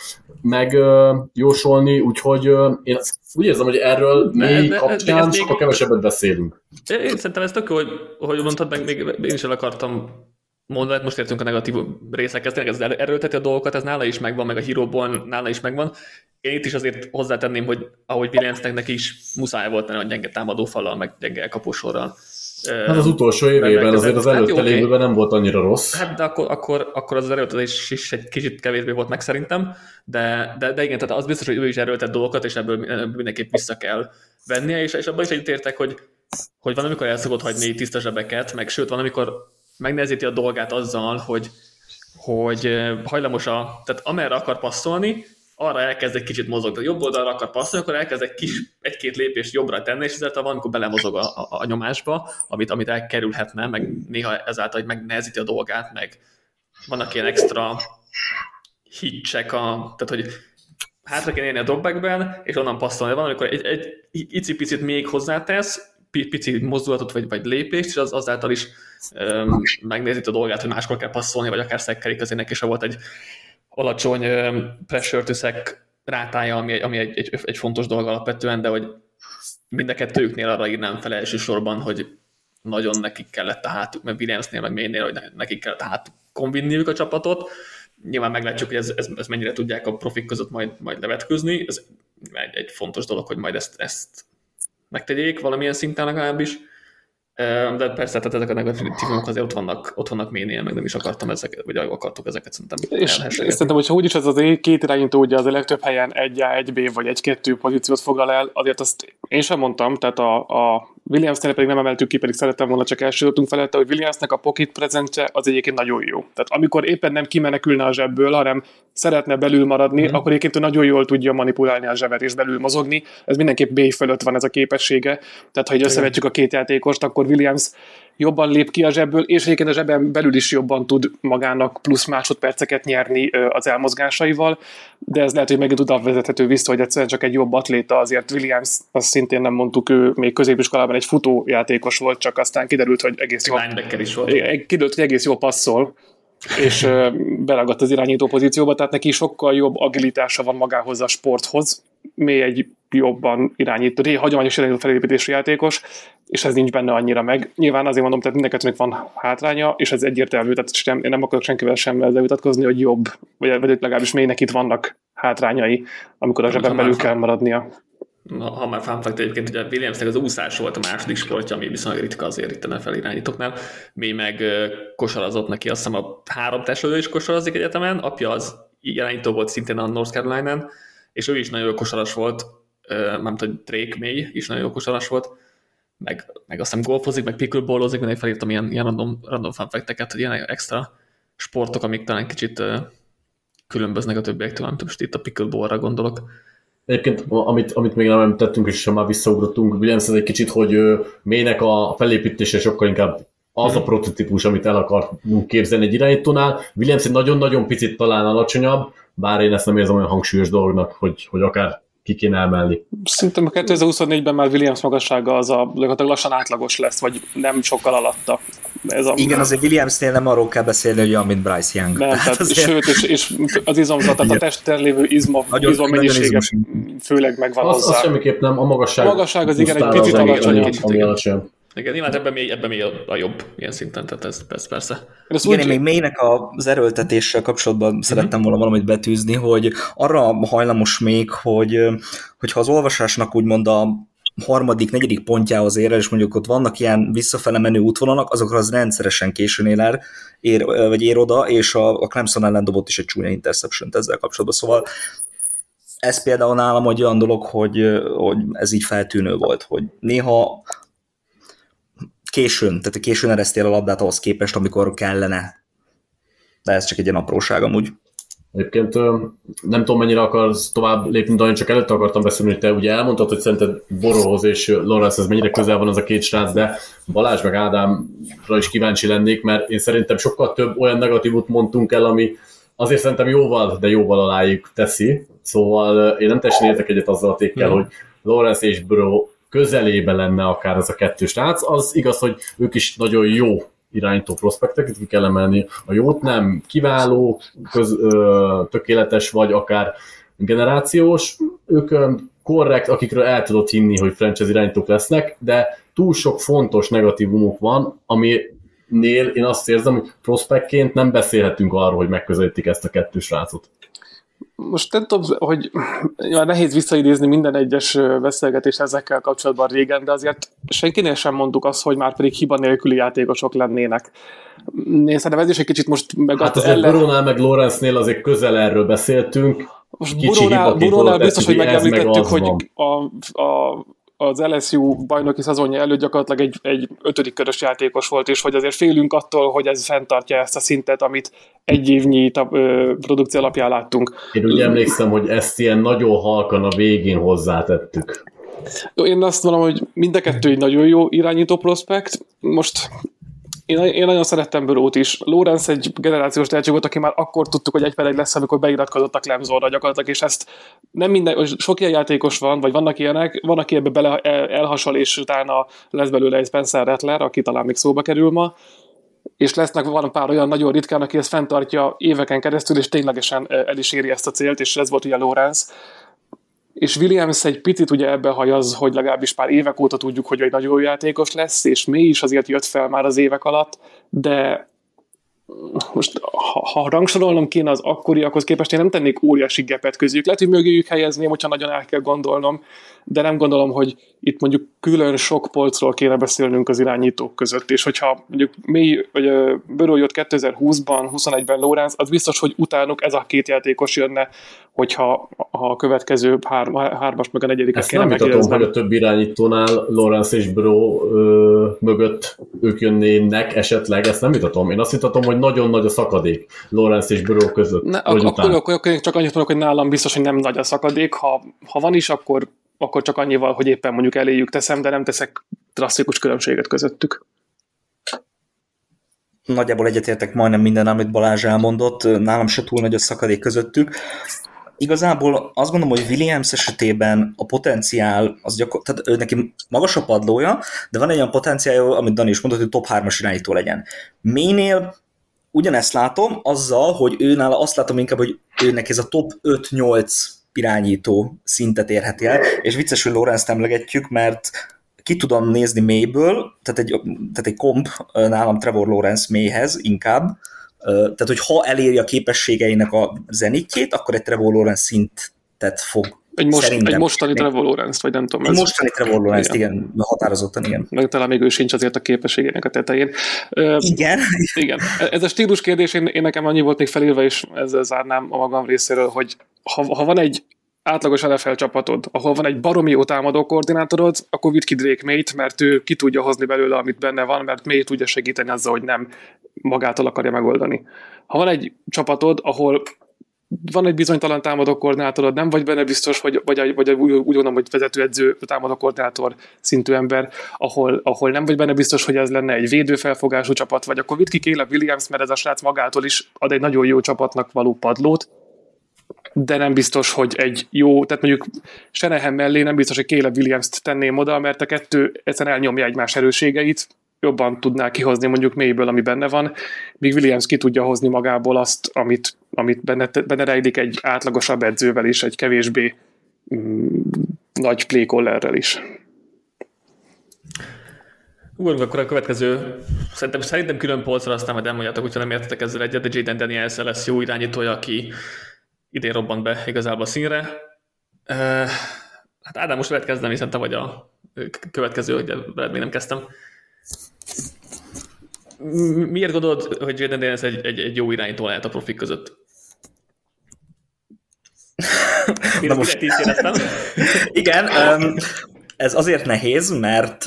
megjósolni, úgyhogy én úgy érzem, hogy erről még kapcsán sokkal kevesebbet beszélünk. Én szerintem ez tök jó, hogy mondtad, meg még én is el akartam mondani, most értünk a negatív részekhez, tényleg ez erőlteti a dolgokat, ez nála is megvan, meg a Hero-ból nála is megvan. Én itt is azért hozzátenném, hogy ahogy Williamsnek neki is muszáj volt a gyenge támadófallal, meg gyenge elkapósorral. Hát az utolsó évében azért az előtte lévőben nem volt annyira rossz. Hát de akkor az erőltetés is egy kicsit kevésbé volt meg szerintem, de igen, tehát az biztos, hogy ő is erőltet dolgokat, és ebből mindenképp vissza kell vennie, és abban is egyetértek, hogy van, amikor el szokott hagyni tiszta zsebeket, meg sőt, van, amikor megnehezíti a dolgát azzal, hogy hajlamos tehát amerre akar passzolni, arra elkezd egy kicsit mozogni. Jobb oldalra akar passzolni, akkor elkezd egy-két lépést jobbra tenni, és ezáltal valamikor belemozog a nyomásba, amit elkerülhetne, meg néha ezáltal, hogy megnehezíti a dolgát, meg vannak ilyen extra hitcheck, tehát hogy hátra kell érni a dropbackben, és onnan passzolni. Van, amikor egy icipicit még hozzátesz, pici mozdulatot vagy lépést, és azáltal is megnézít a dolgát, hogy máskor kell passzolni, vagy akár szekkerik, azért neki is volt egy alacsony pressure to sack rátája, ami egy fontos dolog alapvetően, de hogy mind a kettőjüknél arra írnám fel elsősorban, hogy nagyon nekik kellett a hátuk, mert Williamsnél, meg Maynél, hogy nekik kellett a hátukon vinniük a csapatot. Nyilván meglátjuk, hogy ez mennyire tudják a profik között majd levetkőzni. Ez egy fontos dolog, hogy majd ezt megtegyék valamilyen szinten legalábbis. De persze, tehát ezek a negatívumok azért ott vannak Maynél, meg nem is akartam ezeket, vagy akartuk ezeket szerintem. És szerintem, hogyha úgyis ez az két irányító, ugye az a legtöbb helyen 1A, 1B vagy 1-2 pozíciót foglal el, azért azt én sem mondtam, tehát a Williamsnél pedig nem emeltük ki, pedig szerettem volna, csak elsődöttünk felette, hogy Williamsnek a pocket presence az egyébként nagyon jó. Tehát amikor éppen nem kimenekülne a zsebből, hanem szeretne belül maradni, akkor egyébként nagyon jól tudja manipulálni a zsebet és belül mozogni. Ez mindenképp B fölött van ez a képessége. Tehát ha így összevetjük a két játékost, akkor Williams jobban lép ki a zsebből, és egyébként a zsebben belül is jobban tud magának plusz másodperceket nyerni az elmozgásaival, de ez lehet, hogy megint oda vezethető vissza, hogy egyszerűen csak egy jobb atléta, azért Williams, azt szintén nem mondtuk, ő még középiskolában egy futójátékos volt, csak aztán kiderült, hogy egész jó. Linebacker is volt. Kiderült, hogy egész jól passzol, és beragadt az irányító pozícióba, tehát neki sokkal jobb agilitása van magához a sporthoz, még egy jobban irányító, hagyományos irányító felépítésű játékos, és ez nincs benne annyira meg. Nyilván azért mondom, tehát mindenkettőnek van hátránya, és ez egyértelmű, tehát én nem akarok senkivel sem ezzel vitatkozni, hogy jobb, vagy legalábbis mélynek itt vannak hátrányai, amikor a zsebben belül kell maradnia. Ha már fun fact, egyébként ugye Williamsnek az úszás volt a második sportja, ami viszonylag ritka azért itt a NFL irányítóknál. Mély meg kosarazott neki, azt hiszem a 3 testvére is kosarazik egyetemen, apja az irányító volt szintén a North Carolina-n, és ő is nagyon jó kosaras volt, mármint, hogy Drake May is nagyon jó kosaras volt, meg azt hiszem golfozik, meg pickleballozik, mindig felírtam ilyen random fun fact-eket, hogy ilyen extra sportok, amik talán kicsit különböznek a többiektől, nem tudom, most itt a pickleballra gondolok. Egyébként, amit még nem említettünk, és már visszaugrottunk, Williams egy kicsit, hogy Maynek a felépítése sokkal inkább az a prototípus, amit el akarunk képzelni egy irányítónál. Williams egy nagyon-nagyon picit talán alacsonyabb, bár én ezt nem érzem olyan hangsúlyos dolognak, hogy akár ki kéne emelni. Szerintem a 2024-ben már Williams magassága az gyakorlatilag lassan átlagos lesz, vagy nem sokkal alatta. Igen, azért Williamsnél nem arról kell beszélni, hogy olyan, mint Bryce Young. Nem, tehát sőt, és az izomzat, tehát a testen lévő izomennyisége főleg megvan hozzá. Az semmiképp nem, a magasság. A magasság az igen, egy picit alacsonyabb. Igen, nyilván ebben még a jobb ilyen szinten, tehát ez persze. Igen, én még Maynek az erőltetéssel kapcsolatban szerettem volna valamit betűzni, hogy arra hajlamos még, hogyha az olvasásnak úgymond a harmadik, negyedik pontjához ér, és mondjuk ott vannak ilyen visszafele menő útvonalak, azokra az rendszeresen későn ér oda, és a Clemson ellen dobott is egy csúnya interception ezzel kapcsolatban. Szóval ez például nálam egy olyan dolog, hogy ez így feltűnő volt, hogy néha későn eresztél a labdát ahhoz képest, amikor kellene. De ez csak egy ilyen apróság amúgy. Egyébként nem tudom, mennyire akarsz tovább lépni, de én csak előtte akartam beszélni, hogy te ugye elmondtad, hogy szerinted Borrohoz és Lawrence ez mennyire közel van az a két srác, de Balázs meg Ádámra is kíváncsi lennék, mert én szerintem sokkal több olyan negatívut mondtunk el, ami azért szerintem jóval alájuk teszi. Szóval én nem teljesen értek egyet azzal a tékkel, hogy Lawrence és Burrow közelébe lenne akár az a kettő srác. Az igaz, hogy ők is nagyon jó irányító prospektek, ki kell emelni a jót, nem kiváló, tökéletes vagy akár generációs, ők korrekt, akikről el tudod hinni, hogy franchise irányítók lesznek, de túl sok fontos negatívumok van, aminél én azt érzem, hogy prospektként nem beszélhetünk arról, hogy megközelítik ezt a kettő srácot. Most nem tudom, hogy nehéz visszaidézni minden egyes beszélgetés ezekkel kapcsolatban régen, de azért senkinél sem mondtuk azt, hogy már pedig hiba nélküli játékosok lennének. Én szerintem ez is egy kicsit most meg... Hát azért Burrownál meg Lawrence-nél azért közel erről beszéltünk. Most Burrownál biztos, hogy megemlítettük, hogy az LSU bajnoki szezonja előtt gyakorlatilag egy 5. körös játékos volt, és hogy azért félünk attól, hogy ez fenntartja ezt a szintet, amit egy évnyi produkció alapján láttunk. Én úgy emlékszem, hogy ezt ilyen nagyon halkan a végén hozzátettük. Én azt mondom, hogy mind a kettő egy nagyon jó irányító prospekt. Most én nagyon szerettem Burrowt is. Lawrence egy generációs tehetség volt, aki már akkor tudtuk, hogy 1/1 lesz, amikor beiratkozott a Clemsonra gyakorlatilag, és ezt nem minden, sok ilyen játékos van, vagy vannak ilyenek, van, aki ebbe bele elhasal, és utána lesz belőle egy Spencer Rattler, aki talán még szóba kerül ma, és van pár olyan nagyon ritkán, aki ezt fenntartja éveken keresztül, és ténylegesen el is éri ezt a célt, és ez volt ugye Lawrence. És Williams egy picit ugye ebbe hajaz, hogy legalábbis pár évek óta tudjuk, hogy egy nagyon jó játékos lesz, és May is azért jött fel már az évek alatt, de most ha rangsorolnom kéne az akkoriakhoz képest, én nem tennék óriási gepet közük. Lehet, hogy mögéjük helyezném, hogyha nagyon el kell gondolnom, de nem gondolom, hogy itt mondjuk külön sok polcról kéne beszélnünk az irányítók között, és hogyha mondjuk Burrow jött 2020-ban, 21-ben Lawrence, az biztos, hogy utánuk ez a két játékos jönne, hogyha a következő hármas meg a negyediket kéne megéreznem. Ezt nem vitatom, hogy a több irányítónál Lawrence és Burrow mögött ők jönnének esetleg, ezt nem vitatom. Én azt vitatom, hogy nagyon nagy a szakadék Lawrence és Burrow között. Akkor csak annyit mondok, hogy nálam biztos, hogy nem nagy a szakadék. Ha van is, akkor csak annyival, hogy éppen mondjuk eléjük teszem, de nem teszek drasztikus különbséget közöttük. Nagyjából egyetértek majdnem minden, amit Balázs elmondott. Nálam se túl nagy a szakadék közöttük. igazából azt gondolom, hogy Williams esetében a potenciál, tehát ő neki magas a padlója, de van egy olyan potenciálja, amit Dani is mondott, hogy top 3-as irányító legyen. Ménél ugyanezt látom, azzal, hogy őnála azt látom inkább, hogy őnek ez a top 5-8 irányító szintet érheti el, és vicces, hogy Lawrence-t emlegetjük, mert ki tudom nézni Mayből, tehát egy komp nálam Trevor Lawrence Mayhez inkább, tehát hogy ha eléri a képességeinek a zenitjét, akkor egy Trevor Lawrence szintet fog egy mostani Trevor Lawrence, vagy nem tudom. Egy mostani Trevor Lawrence, igen, határozottan igen. Meg talán még ő sincs azért a képességének a tetején. Igen. Igen. Ez a stílus kérdés, én nekem annyi volt még felírva, és ezzel zárnám a magam részéről, hogy ha van egy átlagos NFL csapatod, ahol van egy baromi jó támadó koordinátorod, akkor vidd ki Drake May-t, mert ő ki tudja hozni belőle, amit benne van, mert May tudja segíteni azzal, hogy nem magától akarja megoldani. Ha van egy csapatod, ahol van egy bizonytalan támadó koordinátorod, nem vagy benne biztos, vagy úgy gondolom, hogy vezetőedző, támadó koordinátor szintű ember, ahol nem vagy benne biztos, hogy ez lenne egy védőfelfogású csapat, vagy akkor vidd ki Caleb Williams, mert ez a srác magától is ad egy nagyon jó csapatnak való padlót, de nem biztos, hogy egy jó, tehát mondjuk Shanahan mellé nem biztos, hogy Caleb Williams-t tenném oda, mert a kettő egyszerűen elnyomja egymás erősségeit, jobban tudná kihozni mondjuk Mayből, ami benne van, míg Williams ki tudja hozni magából azt, amit benne rejlik egy átlagosabb edzővel is, egy kevésbé nagy playcallerrel is. Ugorjunk akkor a következő, szerintem külön polcra, aztán majd elmondjátok, hogyha nem értetek ezzel egyet, de Jayden Daniels lesz jó irányítója, aki idén robbant be igazából a színre. Hát Ádám, most veled kezdem, hiszen te vagy a következő, hogy veled még nem kezdtem. Miért gondolod, hogy Jayden Daniels egy jó irányító lehet a profik között? Na most igen, ez azért nehéz, mert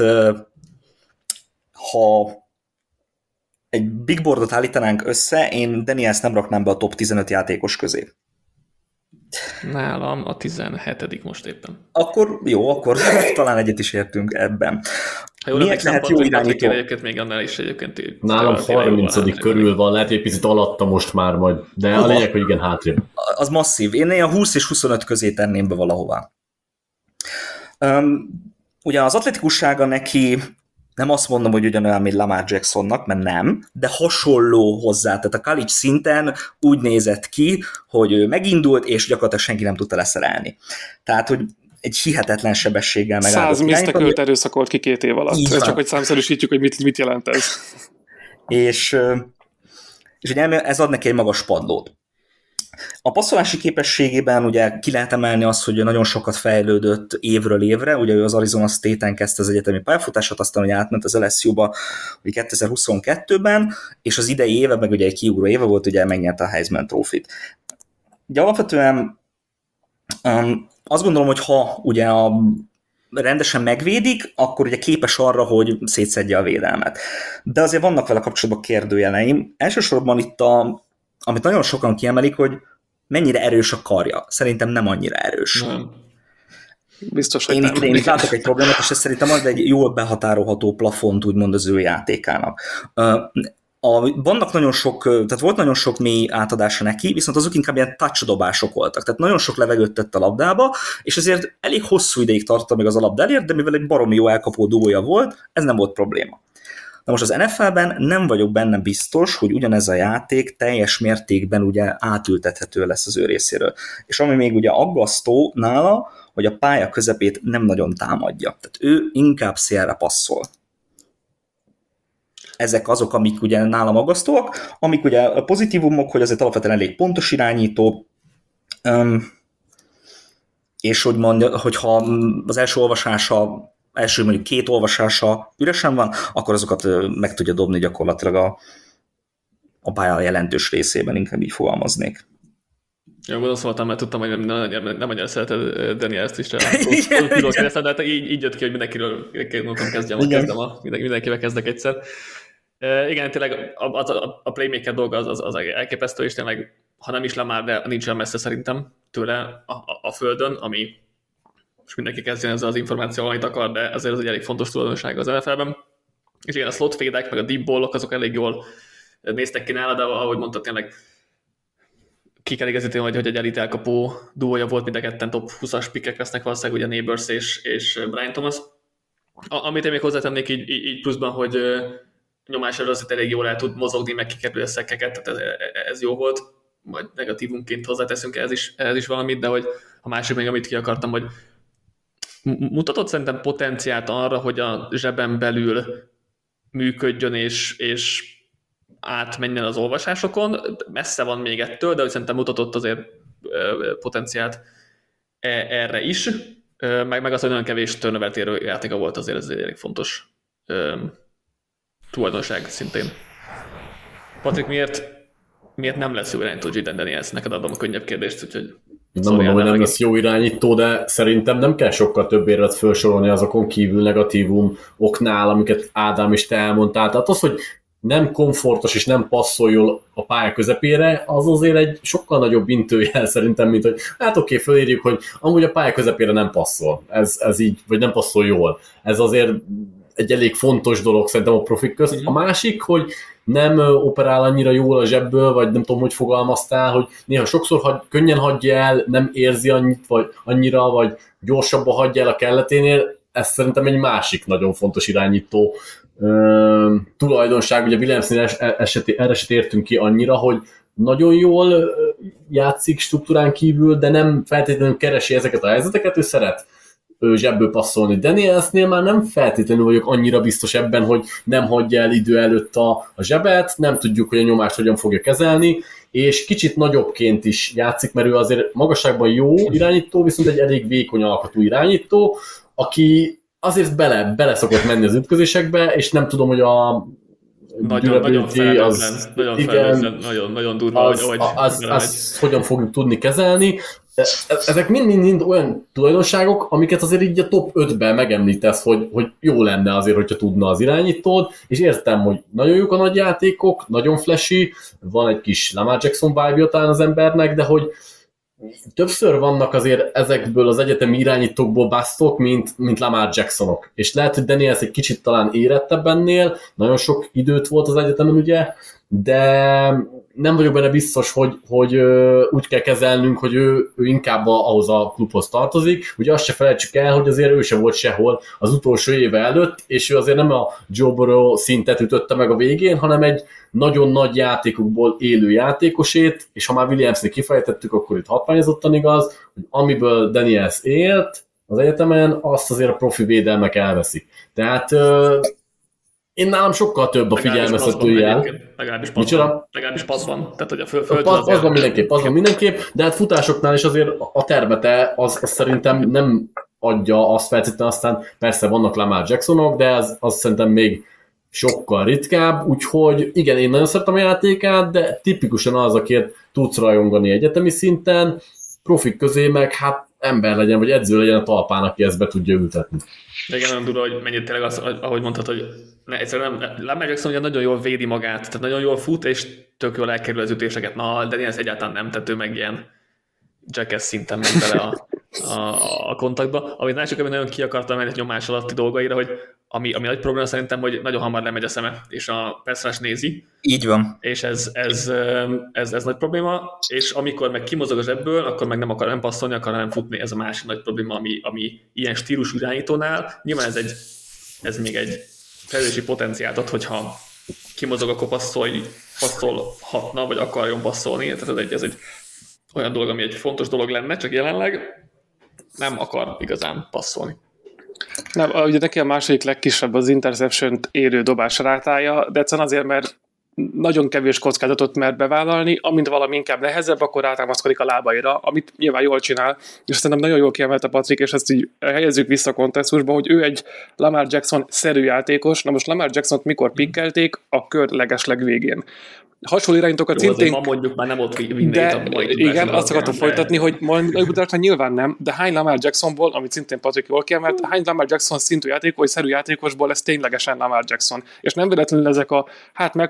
ha egy big boardot állítanánk össze, én Daniels nem raknám be a top 15 játékos közé. Nálam a 17. most éppen. Akkor jó, akkor talán egyet is értünk ebben. Ha jól miért lehet jó irányító? Egyébként még annál is egyébként. Nálam 30. körül van, lehet, hogy egy picit alatta most már majd, de a lényeg, hogy igen, hátrébb. Az masszív. Én a 20 és 25 közé tenném be valahová. Ugye az atletikussága neki, nem azt mondom, hogy ugyanolyan, mint Lamar Jacksonnak, mert nem, de hasonló hozzá. Tehát a college szinten úgy nézett ki, hogy ő megindult, és gyakorlatilag senki nem tudta leszerelni. Tehát, hogy egy hihetetlen sebességgel megállott. 100 misztekült erőszakolt ki 2 év alatt. Ez csak, hogy számszerűsítjük, hogy mit jelent ez. És ugye ez ad neki egy magas padlót. A passzolási képességében ugye ki lehet emelni azt, hogy nagyon sokat fejlődött évről évre, ugye ő az Arizona State-en kezdte az egyetemi pályafutását, aztán ugye átment az LSU-ba 2022-ben, és az idei éve, meg ugye egy kiugró éve volt, ugye megnyerte a Heisman Trophy-t. Ugye alapvetően azt gondolom, hogy ha ugye rendesen megvédik, akkor ugye képes arra, hogy szétszedje a védelmet. De azért vannak vele kapcsolatban kérdőjeleim. Elsősorban itt amit nagyon sokan kiemelik, hogy mennyire erős a karja. Szerintem nem annyira erős. Nem. Biztos, hogy én itt látok egy problémát, és ez szerintem az egy jól behatárolható plafont, úgymond az ő játékának. Vannak nagyon sok, tehát volt nagyon sok mély átadása neki, viszont azok inkább ilyen touch dobások voltak. Tehát nagyon sok levegőt tett a labdába, és ezért elég hosszú ideig tartotta még az a labda elért, de mivel egy baromi jó elkapó dugója volt, ez nem volt probléma. Na most az NFL-ben nem vagyok benne biztos, hogy ugyanez a játék teljes mértékben ugye átültethető lesz az ő részéről. És ami még ugye aggasztó nála, hogy a pálya közepét nem nagyon támadja. Tehát ő inkább szélre passzol. Ezek azok, amik ugye nálam aggasztóak, amik ugye a pozitívumok, hogy azért alapvetően elég pontos irányító, és hogy mondja, hogyha az első mondjuk 2 olvasása üresen van, akkor azokat meg tudja dobni gyakorlatilag a pálya jelentős részében, inkább így fogalmaznék. Jó, gondolszoltam, mert tudtam, hogy nem annyira szereted Danielst is, de hát így jött ki, hogy mindenkiről mindenkivel kezdek egyszer. Igen, tényleg a playmaker dolga az elképesztő, és tényleg, ha nem is Lamar, de nincsen messze szerintem tőle a földön, ami most mindenki kezdjen ezzel az információval, amit akar, de azért ez egy elég fontos tulajdonság az NFL-ben. És igen, a slot fade-ek, meg a deep ball-ok, azok elég jól néztek ki nála, de ahogy mondtad, tényleg kikerigezítő, hogy egy elit elkapó duója volt, mind a ketten top 20-as pikkek lesznek valószínűleg, ugye Neighbors és Brian Thomas. Amit én még hozzátennék így pluszban, hogy nyomás előtt azért elég jól el tud mozogni, meg kikerül a szekkeket, tehát ez jó volt. Majd negatívunként hozzáteszünk ehhez is valamit, de hogy a másik még, amit ki akartam, hogy mutatott szerintem potenciált arra, hogy a zseben belül működjön és átmenjen az olvasásokon. Messze van még ettől, de hogy szerintem mutatott azért potenciált erre is. Meg az, hogy nagyon kevés turnover-térő játéka volt, azért ez egy elég fontos tulajdonság szintén. Patrik, miért nem lesz jó irányító Jaden Daniels? Neked adom a könnyebb kérdést, úgyhogy... Nem mondom, hogy nem lesz jó irányító, de szerintem nem kell sokkal több érvet felsorolni azokon kívül negatívum oknál, amiket Ádám is te elmondtál. Tehát az, hogy nem komfortos és nem passzol jól a pálya közepére, az azért egy sokkal nagyobb intőjel szerintem, mint hogy hát oké, fölírjuk, hogy amúgy a pálya közepére nem passzol. Ez így, vagy nem passzol jól. Ez azért egy elég fontos dolog szerintem a profik közt. A másik, hogy nem operál annyira jól a zsebből, vagy nem tudom, hogy fogalmaztál, hogy néha sokszor könnyen hagyja el, nem érzi annyit, vagy annyira, vagy gyorsabban hagyja el a kelleténél. Ez szerintem egy másik nagyon fontos irányító tulajdonság. Ugye Williamsnél erre se tértünk ki annyira, hogy nagyon jól játszik struktúrán kívül, de nem feltétlenül keresi ezeket a helyzeteket, ő szeret zsebből passzolni. Danielsnél már nem feltétlenül vagyok annyira biztos ebben, hogy nem hagyja el idő előtt a zsebet, nem tudjuk, hogy a nyomást hogyan fogja kezelni, és kicsit nagyobbként is játszik, mert ő azért magasságban jó irányító, viszont egy elég vékony alkatú irányító, aki azért bele szokott menni az ütközésekbe, és nem tudom, hogy a nagyon felelőtlen, nagyon durva, hogy azt hogyan fogjuk tudni kezelni. Ezek mind olyan tulajdonságok, amiket azért így a top 5-ben megemlítesz, hogy jó lenne azért, hogyha tudna az irányítód, és értem, hogy nagyon jók a nagy játékok, nagyon flashy, van egy kis Lamar Jackson vibe-ja talán az embernek, de hogy többször vannak azért ezekből az egyetemi irányítókból basztok, mint Lamar Jacksonok. És lehet, hogy Daniels egy kicsit talán érettebb ennél, nagyon sok időt volt az egyetemen, ugye, de nem vagyok benne biztos, hogy úgy kell kezelnünk, hogy ő inkább ahhoz a klubhoz tartozik. Ugye azt se felejtsük el, hogy azért ő se volt sehol az utolsó éve előtt, és ő azért nem a Joe Burrow szintet ütötte meg a végén, hanem egy nagyon nagy játékokból élő játékosét, és ha már Williamsnél kifejtettük, akkor itt hatványozottan igaz, hogy amiből Daniels élt az egyetemen, azt azért a profi védelmek elveszik. Tehát én nálam sokkal több a figyelmeztetőjel. Legalábbis passzban. Tehát, hogy a földön passzban mindenképp, de hát futásoknál is azért a termete az szerintem nem adja azt feltétlenül, aztán persze vannak Lamar Jacksonok, de az szerintem még sokkal ritkább, úgyhogy igen, én nagyon szeretem a játékát, de tipikusan az, akért tudsz rajongani egyetemi szinten, profik közé meg hát ember legyen, vagy edző legyen a talpán, aki ezt be tudja ültetni. De igen, nagyon durva, hogy mennyit tényleg az, ahogy mondtad, hogy egyszerűen nem, Lamar Jackson ugye nagyon jól védi magát, tehát nagyon jól fut, és tök jól elkerül az ütéseket. Na, de ez egyáltalán nem, tehát ő meg ilyen jackass szinten ment bele a kontaktba. Amit másik, ami nagyon ki akartam menni nyomás alatti dolgaira, hogy ami nagy probléma szerintem, hogy nagyon hamar lemegy a szeme, és a pass nézi. Így van. És ez nagy probléma, és amikor meg kimozog az ebből, akkor meg nem akar nem passzolni, akar nem futni, ez a másik nagy probléma, ami ilyen stílusú irányítónál. Nyilván ez még egy fejlődési potenciált ad, hogyha kimozog, akkor passzolhatna, vagy akarjon passzolni, tehát ez egy olyan dolog, ami egy fontos dolog lenne, csak jelenleg nem akar igazán passzolni. Nem, ugye neki a második legkisebb az interception-t érő dobás rátája, de egyszerűen azért, mert nagyon kevés kockázatot mer bevállalni, amint valami inkább nehezebb, akkor rátámaszkodik a lábaira, amit nyilván jól csinál, és szerintem nagyon jól kiemelte Patrik, és ezt így helyezzük vissza a kontextusba, hogy ő egy Lamar Jackson-szerű játékos. Na most Lamar Jacksont mikor pikkelték? A kör legesleg végén. Hasonló irányítókat szintén... Ma mondjuk már nem ott vinnék. De igen, azt akartam folytatni, hogy majd nyilván nem, de hány Lamar Jacksonból, amit szintén Patrik jól kiemelt, hány Lamar Jackson szintű játékos, vagy szerű játékosból ez ténylegesen Lamar Jackson. És nem véletlenül ezek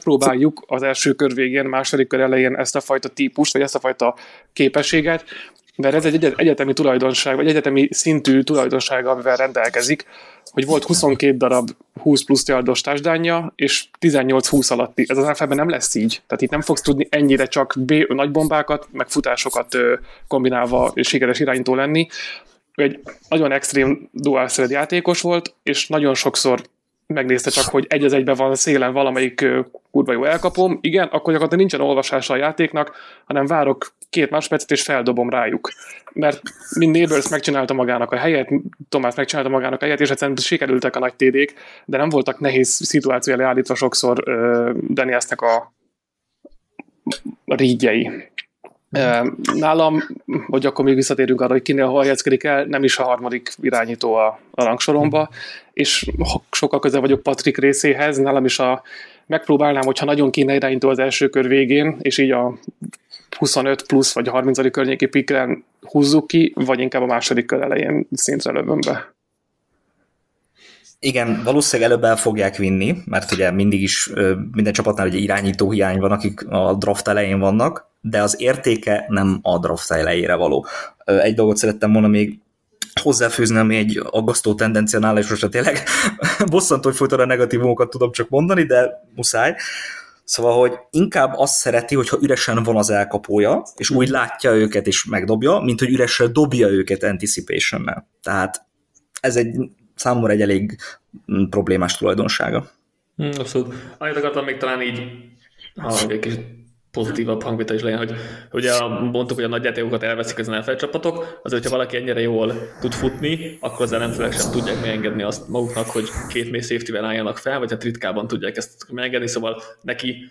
megpróbáljuk az első kör végén, második kör elején ezt a fajta típust, vagy ezt a fajta képességet, mert ez egy egyetemi tulajdonság, vagy egyetemi szintű tulajdonsága, amivel rendelkezik, hogy volt 22 darab 20 plusz yardos touchdownja, és 18-20 alatti. Ez az NFL-ben nem lesz így. Tehát itt nem fogsz tudni ennyire csak nagy bombákat, meg futásokat kombinálva sikeres irányító lenni. Egy nagyon extrém dual thread játékos volt, és nagyon sokszor megnézte csak, hogy egy az egyben van szélen valamelyik kurva jó elkapom, igen, akkor gyakorlatilag nincsen olvasása a játéknak, hanem várok 2 másodpercet és feldobom rájuk. Mert mind Neighbors megcsinálta magának a helyet, Tomás megcsinálta magának a helyet, és egyszerűen sikerültek a nagy TD-k, de nem voltak nehéz szituáció elé állítva sokszor Danielsnek a rígyei. Nálam, vagy akkor még visszatérünk arra, hogy kinél hol helyezkedik el, nem is a harmadik irányító a rangsoromba, és sokkal közel vagyok Patrik részéhez, nálam is megpróbálnám, hogyha nagyon kéne irányító az első kör végén, és így a 25 plusz vagy 30. környéki pikren húzzuk ki, vagy inkább a második kör elején szintre lövöm be. Igen, valószínűleg előbb el fogják vinni, mert ugye mindig is minden csapatnál ugye irányító hiány van, akik a draft elején vannak, de az értéke nem a draft elejére való. Egy dolgot szerettem volna még hozzáfűzni, ami egy aggasztó tendencia nála, és most tényleg bosszantó, hogy folyton a negatívumokat tudom csak mondani, de muszáj. Szóval, hogy inkább azt szereti, hogyha üresen van az elkapója, és úgy látja őket és megdobja, mint hogy üresen dobja őket anticipation-nel. Tehát ez számomra egy elég problémás tulajdonsága. Abszolút. Annyit akartam még talán így, egy kis pozitívabb hangvita is legyen, hogy ugye mondtuk, hogy a nagy játékokat elveszik az NFL csapatok, azért, hogyha valaki ennyire jól tud futni, akkor az ellenfelek sem tudják megengedni azt maguknak, hogy 2 mély safety-vel álljanak fel, vagy hát ritkában tudják ezt megengedni, szóval neki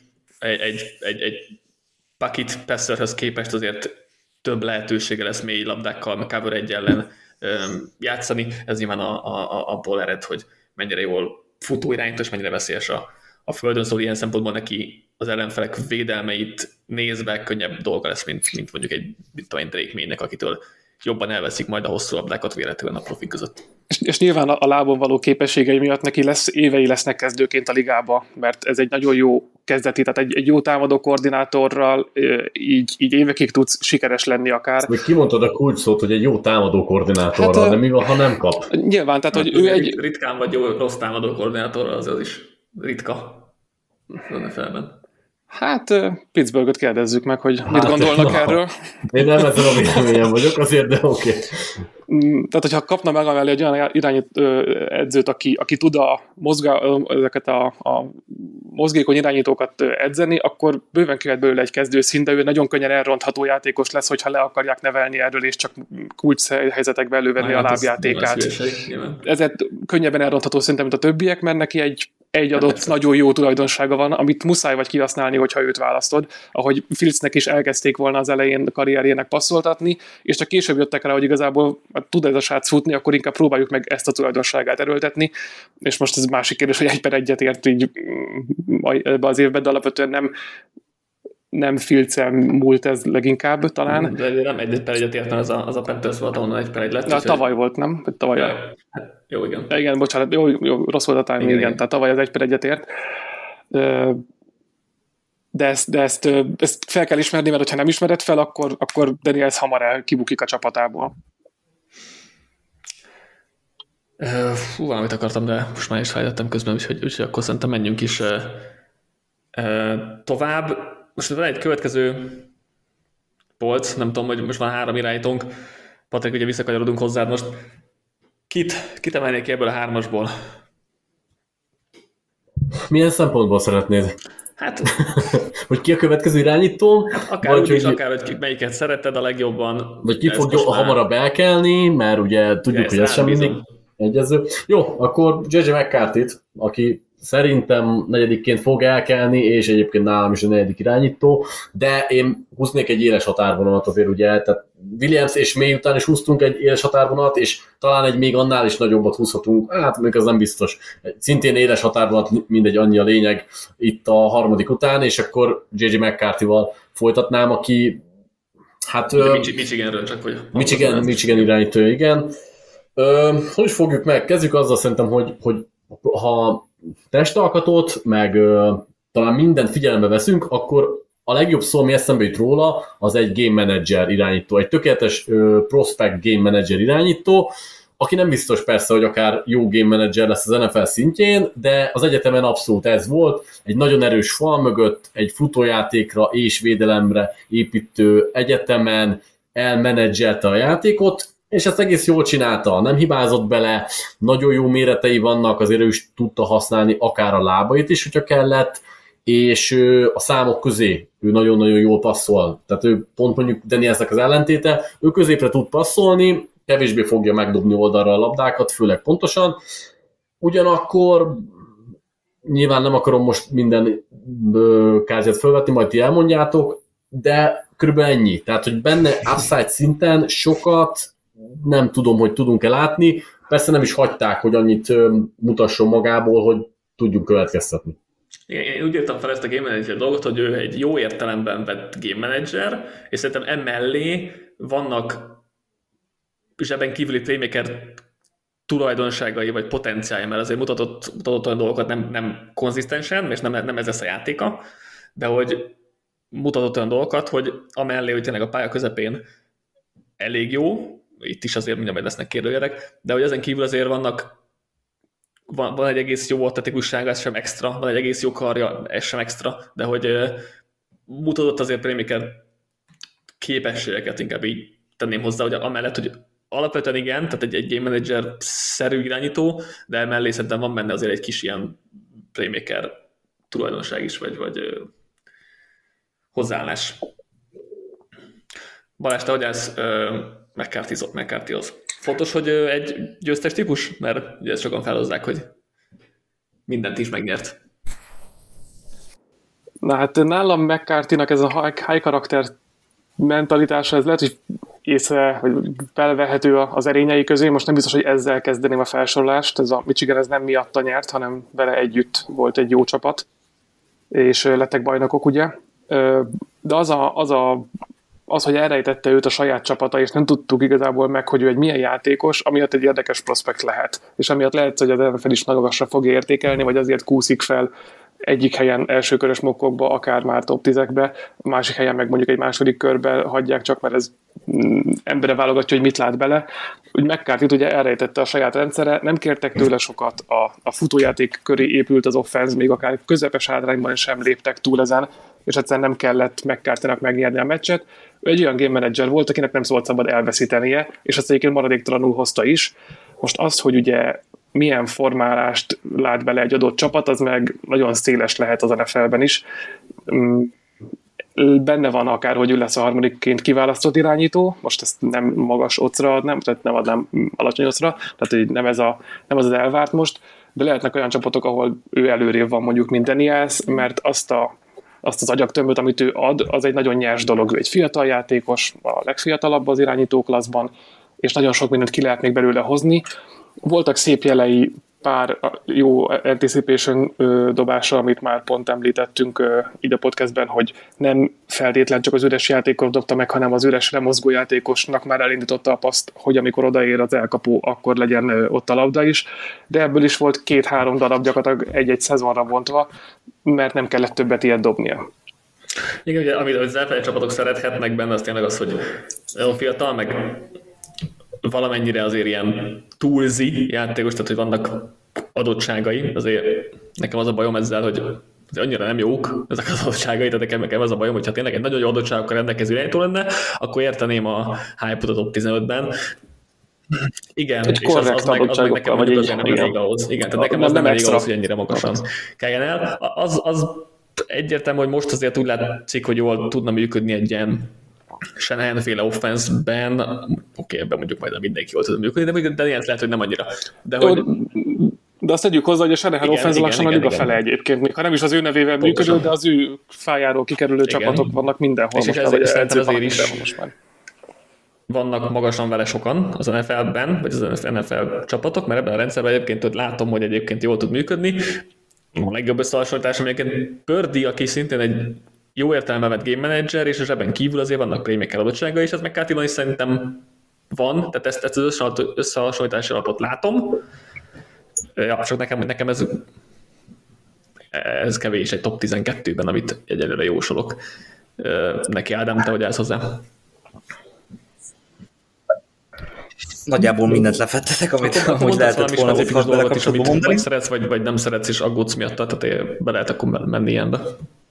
egy pocket passerhez képest azért több lehetősége lesz mély labdákkal, meg cover 1 ellen játszani. Ez nyilván abból ered, hogy mennyire jól futó irányító, és mennyire veszélyes a földön, szóval ilyen szempontból neki az ellenfelek védelmeit nézve könnyebb dolga lesz, mint mondjuk egy Drake May-nek, akitől jobban elveszik majd a hosszú labdákat véletlenül a profik között. És nyilván a lábon való képességei miatt neki évei lesznek kezdőként a ligába, mert ez egy nagyon jó kezdeti, tehát egy jó támadó koordinátorral így évekig tudsz sikeres lenni akár. Még kimondtad a kulcs szót, hogy egy jó támadó koordinátorral, de mi van, ha nem kap? Nyilván, tehát hogy ő egy... Ritkán vagy jó, rossz támadó koordinátorral, az is ritka az NFL-ben. Hát Pittsburghet kérdezzük meg, hogy mit gondolnak erről. Én nem ezzel a véleményem vagyok, azért, de oké. Tehát, hogyha kapna meg amellé egy olyan edzőt, aki tud ezeket a mozgékony irányítókat edzeni, akkor bőven kivet belőle egy kezdőszín, de ő nagyon könnyen elrontható játékos lesz, hogyha le akarják nevelni erről, és csak kulcs helyzetekbe elővenni a lábjátékát. Ezért könnyebben elrontható szerintem, mint a többiek, mert neki egy adott nagyon jó tulajdonsága van, amit muszáj vagy kihasználni, hogyha őt választod, ahogy Fieldsnek is elkezdték volna az elején karrierjének passzoltatni, és csak később jöttek rá, hogy igazából tud ez a srác futni, akkor inkább próbáljuk meg ezt a tulajdonságát erőltetni, és most ez másik kérdés, hogy 1/1 ért így ebbe az évben, de alapvetően nem Fields-en múlt ez leginkább talán. De nem 1/1 ért, az a Panthers volt, ahonnan 1/1 lett. De tavaly volt, nem? Tavaly. Ja, jó, igen. Igen, bocsánat, jó, rossz volt a timing, igen. Tehát tavaly az 1/1 ért. De ezt fel kell ismerni, mert ha nem ismered fel, akkor Daniels hamar kibukik a csapatából. Valamit akartam, de most már is fejlettem közben, úgyhogy akkor szerintem menjünk is tovább. Most van egy következő polc, nem tudom, hogy most van 3 irányítónk. Patrik, ugye visszakanyarodunk hozzád most. Kit emelnék ki ebből a 3-asból? Milyen szempontból szeretnéd? Hát... hogy ki a következő irányító? Hát akár úgy is, akár hogy melyiket szereted a legjobban. Vagy ki fog hamarabb elkelni, mert ugye tudjuk, hogy ez sem mindig egyező. Jó, akkor JJ McCarthy-t, aki szerintem 4-ként fog elkelni, és egyébként nálam is a 4. irányító, de én húznék egy éles határvonalat azért, ugye, tehát Williams és May után is húztunk egy éles határvonalat, és talán egy még annál is nagyobbat húzhatunk, hát még az nem biztos. Szintén éles határvonat, mindegy, annyi a lényeg itt a 3. után, és akkor JJ McCarthy-val folytatnám, aki hát... Michiganről csak, hogy... Michigan irányító, igen. Hogy fogjuk meg? Kezdjük azzal szerintem, hogy ha testalkatot, meg talán mindent figyelembe veszünk, akkor a legjobb szó, ami eszembe jut róla, az egy game manager irányító, egy tökéletes prospect game manager irányító, aki nem biztos persze, hogy akár jó game manager lesz az NFL szintjén, de az egyetemen abszolút ez volt, egy nagyon erős fal mögött, egy futójátékra és védelemre építő egyetemen elmenedzselte a játékot, és ezt egész jól csinálta, nem hibázott bele, nagyon jó méretei vannak, azért ő is tudta használni akár a lábait is, hogyha kellett, és a számok közé ő nagyon-nagyon jól passzol. Tehát ő pont mondjuk Danielsnek az ellentéte, ő középre tud passzolni, kevésbé fogja megdobni oldalra a labdákat, főleg pontosan. Ugyanakkor nyilván nem akarom most minden kártyát felvetni, majd ti elmondjátok, de körülbelül ennyi. Tehát, hogy benne upside szinten sokat nem tudom, hogy tudunk-e látni. Persze nem is hagyták, hogy annyit mutasson magából, hogy tudjunk következtetni. Én úgy írtam fel ezt a game manager dolgot, hogy ő egy jó értelemben vett game manager, és szerintem emellé vannak zseben kívüli playmaker tulajdonságai vagy potenciálja, mert azért mutatott olyan dolgokat nem konzisztensen, és nem ez lesz a játéka, de hogy mutatott olyan dolgokat, hogy amellé, hogy tényleg a pálya közepén elég jó, itt is azért mindjárt lesznek kérdőjelek, de hogy ezen kívül azért van egy egész jó atletikussága, ez sem extra, van egy egész jó karja, ez sem extra, de hogy mutatott azért playmaker képességeket, inkább így tenném hozzá, hogy amellett, hogy alapvetően igen, tehát egy game manager-szerű irányító, de mellé szerintem van benne azért egy kis ilyen playmaker tulajdonság is, vagy hozzáállás. Balázs, te hogy állsz McCarthyhoz? Fontos, hogy egy győztes típus? Mert ugye ezt sokan felhozzák, hogy mindent is megnyert. Na hát nálam McCarthynak ez a high karakter mentalitása, ez lehet, hogy észre, vagy felvehető az erényei közé. Most nem biztos, hogy ezzel kezdeném a felsorolást. Ez a Michigan ez nem miatta nyert, hanem vele együtt volt egy jó csapat, és lettek bajnokok, ugye. De az, hogy elrejtette őt a saját csapata, és nem tudtuk igazából meg, hogy ő egy milyen játékos, amiatt egy érdekes prospekt lehet. És amiatt lehet, hogy az NFL is nagyon magasra fogja értékelni, vagy azért kúszik fel egyik helyen elsőkörös mokkokba, akár már top 10-ekbe, a másik helyen meg mondjuk egy második körbe hagyják csak, mert ez embere válogatja, hogy mit lát bele. Úgy McCarthyt ugye elrejtette a saját rendszere, nem kértek tőle sokat, a futójáték köré épült az offense, még akár közepes hátrányban sem léptek túl ezen, és egyszerűen nem kellett McCarthynak megnyerni a meccset. Ő egy olyan game manager volt, akinek nem szólt szabad elveszítenie, és azt egyébként maradéktalanul hozta is. Most az, hogy ugye milyen formálást lát bele egy adott csapat, az meg nagyon széles lehet az NFL-ben is. Benne van akár, hogy ő lesz a harmadikként kiválasztott irányító, most ezt nem magas ocra adnám, tehát nem adnám alacsony ocra, tehát nem az az elvárt most, de lehetnek olyan csapatok, ahol ő előrébb van mondjuk, mint Daniels, mert azt az agyagtömböt, amit ő ad, az egy nagyon nyers dolog. Ő egy fiatal játékos, a legfiatalabb az irányító klasszban, és nagyon sok mindent ki lehet még belőle hozni. Voltak szép jelei, pár jó anticipation dobása, amit már pont említettünk ide a podcastben, hogy nem feltétlen csak az üres játékos dobta meg, hanem az üresre mozgó játékosnak már elindította a paszt, hogy amikor odaér az elkapó, akkor legyen ott a labda is. De ebből is volt 2-3 darab gyakorlatilag egy-egy szezonra bontva, mert nem kellett többet ilyet dobnia. Igen, ugye, amit az elfelejt csapatok szerethetnek benne, az tényleg az, hogy nagyon fiatal, meg valamennyire azért ilyen túlzi játékos, tehát hogy vannak adottságai, azért nekem az a bajom ezzel, hogy annyira nem jók ezek az adottságai, tehát nekem az a bajom, hogyha tényleg egy nagyon jó adottságokkal rendelkező irányító lenne, akkor érteném a hype-ot a top 15-ben. Igen, egy és az meg nekem mondjuk azért nem elég ahhoz. Igen, tehát nekem az nem elég ahhoz, hogy ennyire magasan kelljen el. Az egyértelmű, hogy most azért úgy látszik, hogy jól tudna működni egy ilyen Shanahan-féle offense-ben, ebben mondjuk majd mindenki jól tud működni, de Daniels lehet, hogy nem annyira. De azt tegyük hozzá, hogy a Shanahan offense lassan a liga fele egyébként. Még ha nem is az ő nevével működő, de az ő fájáról kikerülő csapatok vannak mindenhol. És ezért azért is vannak magasan vele sokan az NFL-ben, vagy az NFL csapatok, mert ebben a rendszerben egyébként látom, hogy egyébként jól tud működni. A legjobb összehasonlítás, egyébként Purdy, aki szintén egy jó értelemben vett game manager, és ebben kívül azért vannak playmaker adottsága, és ez McCarthy-ban is szerintem van, tehát ezt az összehasonlítási alapot látom. Ja, csak nekem ez ez kevés egy top 12-ben, amit egyelőre jósolok neki. Ádám, te hogy állsz hozzá? Nagyjából mindent lefettetek, amit amúgy lehetett volna vele kapcsolatban mondani. Vagy szeretsz, vagy nem szeretsz, és aggódsz miatt, tehát be lehet akkor menni ilyenbe.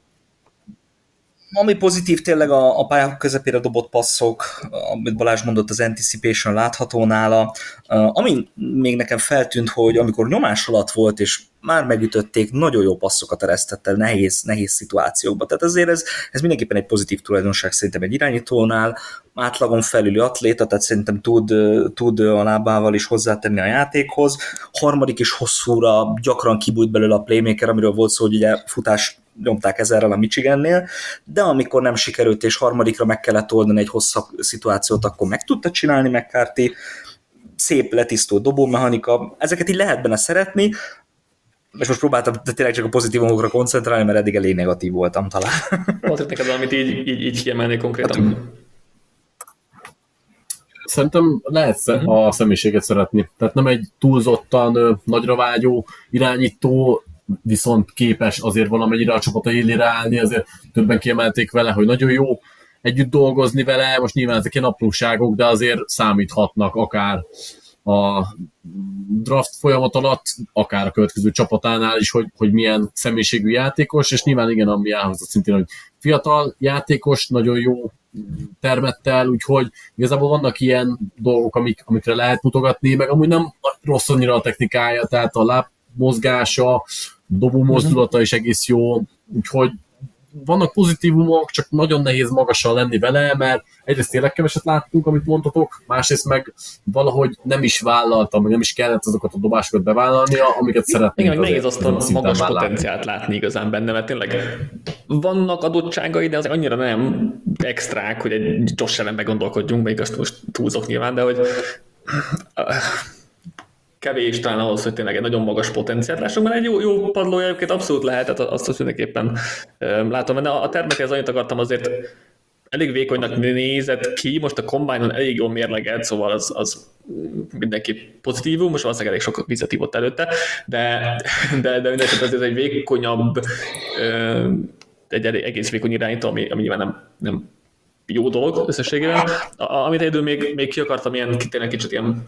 Ami pozitív tényleg a pályák közepére dobott passzok, amit Balázs mondott, az anticipation látható nála. Ami még nekem feltűnt, hogy amikor nyomás alatt volt, és már megütötték, nagyon jó passzokat eresztett el nehéz szituációkba. Tehát ezért ez mindenképpen egy pozitív tulajdonság szerintem egy irányítónál, átlagon felüli atléta, tehát szerintem tud a lábával is hozzátenni a játékhoz. Harmadik és hosszúra gyakran kibújt belőle a playmaker, amiről volt szó, hogy ugye futás nyomták ezerrel a Michigannél, de amikor nem sikerült és harmadikra meg kellett oldani egy hosszabb szituációt, akkor meg tudta csinálni McCarthy, szép letisztult dobómechanika, ezeket így lehet benne szeretni, és most próbáltam tényleg csak a pozitívumokra koncentrálni, mert eddig elég negatív voltam talán. Volt neked valamit így kiemelni konkrétan? Szerintem lehet a személyiséget szeretni. Tehát nem egy túlzottan nagyra vágyó irányító, viszont képes azért valamennyire a csapata élére állni, azért többen kiemelték vele, hogy nagyon jó együtt dolgozni vele, most nyilván ezek ilyen apróságok, de azért számíthatnak akár a draft folyamat alatt, akár a következő csapatánál is, hogy milyen személyiségű játékos, és nyilván igen, ami elhozott szintén, hogy fiatal játékos, nagyon jó termettel, úgyhogy igazából vannak ilyen dolgok, amikre lehet mutogatni, meg amúgy nem rossz annyira a technikája, tehát a lábmozgása, dobó mozdulata is egész jó, úgyhogy vannak pozitívumok, csak nagyon nehéz magasan lenni vele, mert egyrészt tényleg keveset láttunk, amit mondhatok, másrészt meg valahogy nem is vállaltam, meg nem is kellett azokat a dobásokat bevállalnia, amiket szeretnénk. Igen, nehéz azt a magas potenciált látni igazán benne, mert tényleg vannak adottságai, de azért annyira nem extrák, hogy egy Josh Allenbe gondolkodjunk, még azt most túlzok nyilván, de hogy kevés talán ahhoz, hogy tényleg egy nagyon magas potenciált lássunk, mert egy jó padlója egyébként abszolút lehet, tehát azt mindenképpen látom. A termékhez annyit akartam, azért elég vékonynak nézett ki, most a Combine-on elég jól mérlegelt, szóval az mindenki pozitívum, most valószínűleg elég sok vizet ívott előtte, de mindenképpen azért egy vékonyabb, egy egész vékony irányító, ami nyilván nem jó dolog összességében. Amit egyedül még ki akartam, tényleg kicsit ilyen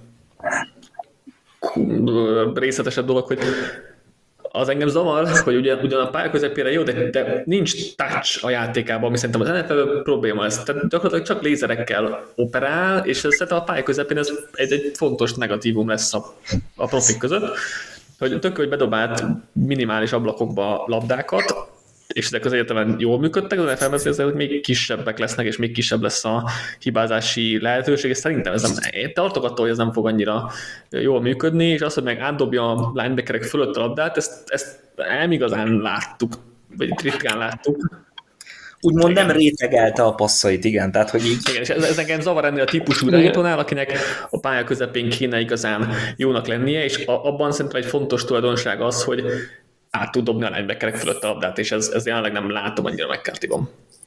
részletesebb dolog, hogy az engem zavar, hogy ugyan a pálya közepére jó, de nincs touch a játékában, ami szerintem az NFL probléma ez. Tehát gyakorlatilag csak lézerekkel operál, és szerintem a pálya közepén ez egy fontos negatívum lesz a profik között, hogy hogy bedobált minimális ablakokba labdákat, és ezek az egyetemen jól működtek, az NFL-ben hogy még kisebbek lesznek, és még kisebb lesz a hibázási lehetőség, és szerintem én tartok attól, hogy ez nem fog annyira jól működni, és az, hogy meg átdobja a linebackerek fölött a labdát, ezt nem igazán láttuk, vagy ritkán láttuk. Úgymond nem rétegelte a passzait, igen, tehát hogy így... Igen, és ez engem zavar ennél a típusú irányítónál, akinek a pálya közepén kéne igazán jónak lennie, és abban szerintem egy fontos tulajdonság az, hogy át tud dobni a linebackerek fölött a labdát, és ez jelenleg nem látom annyira McCarthy-ban.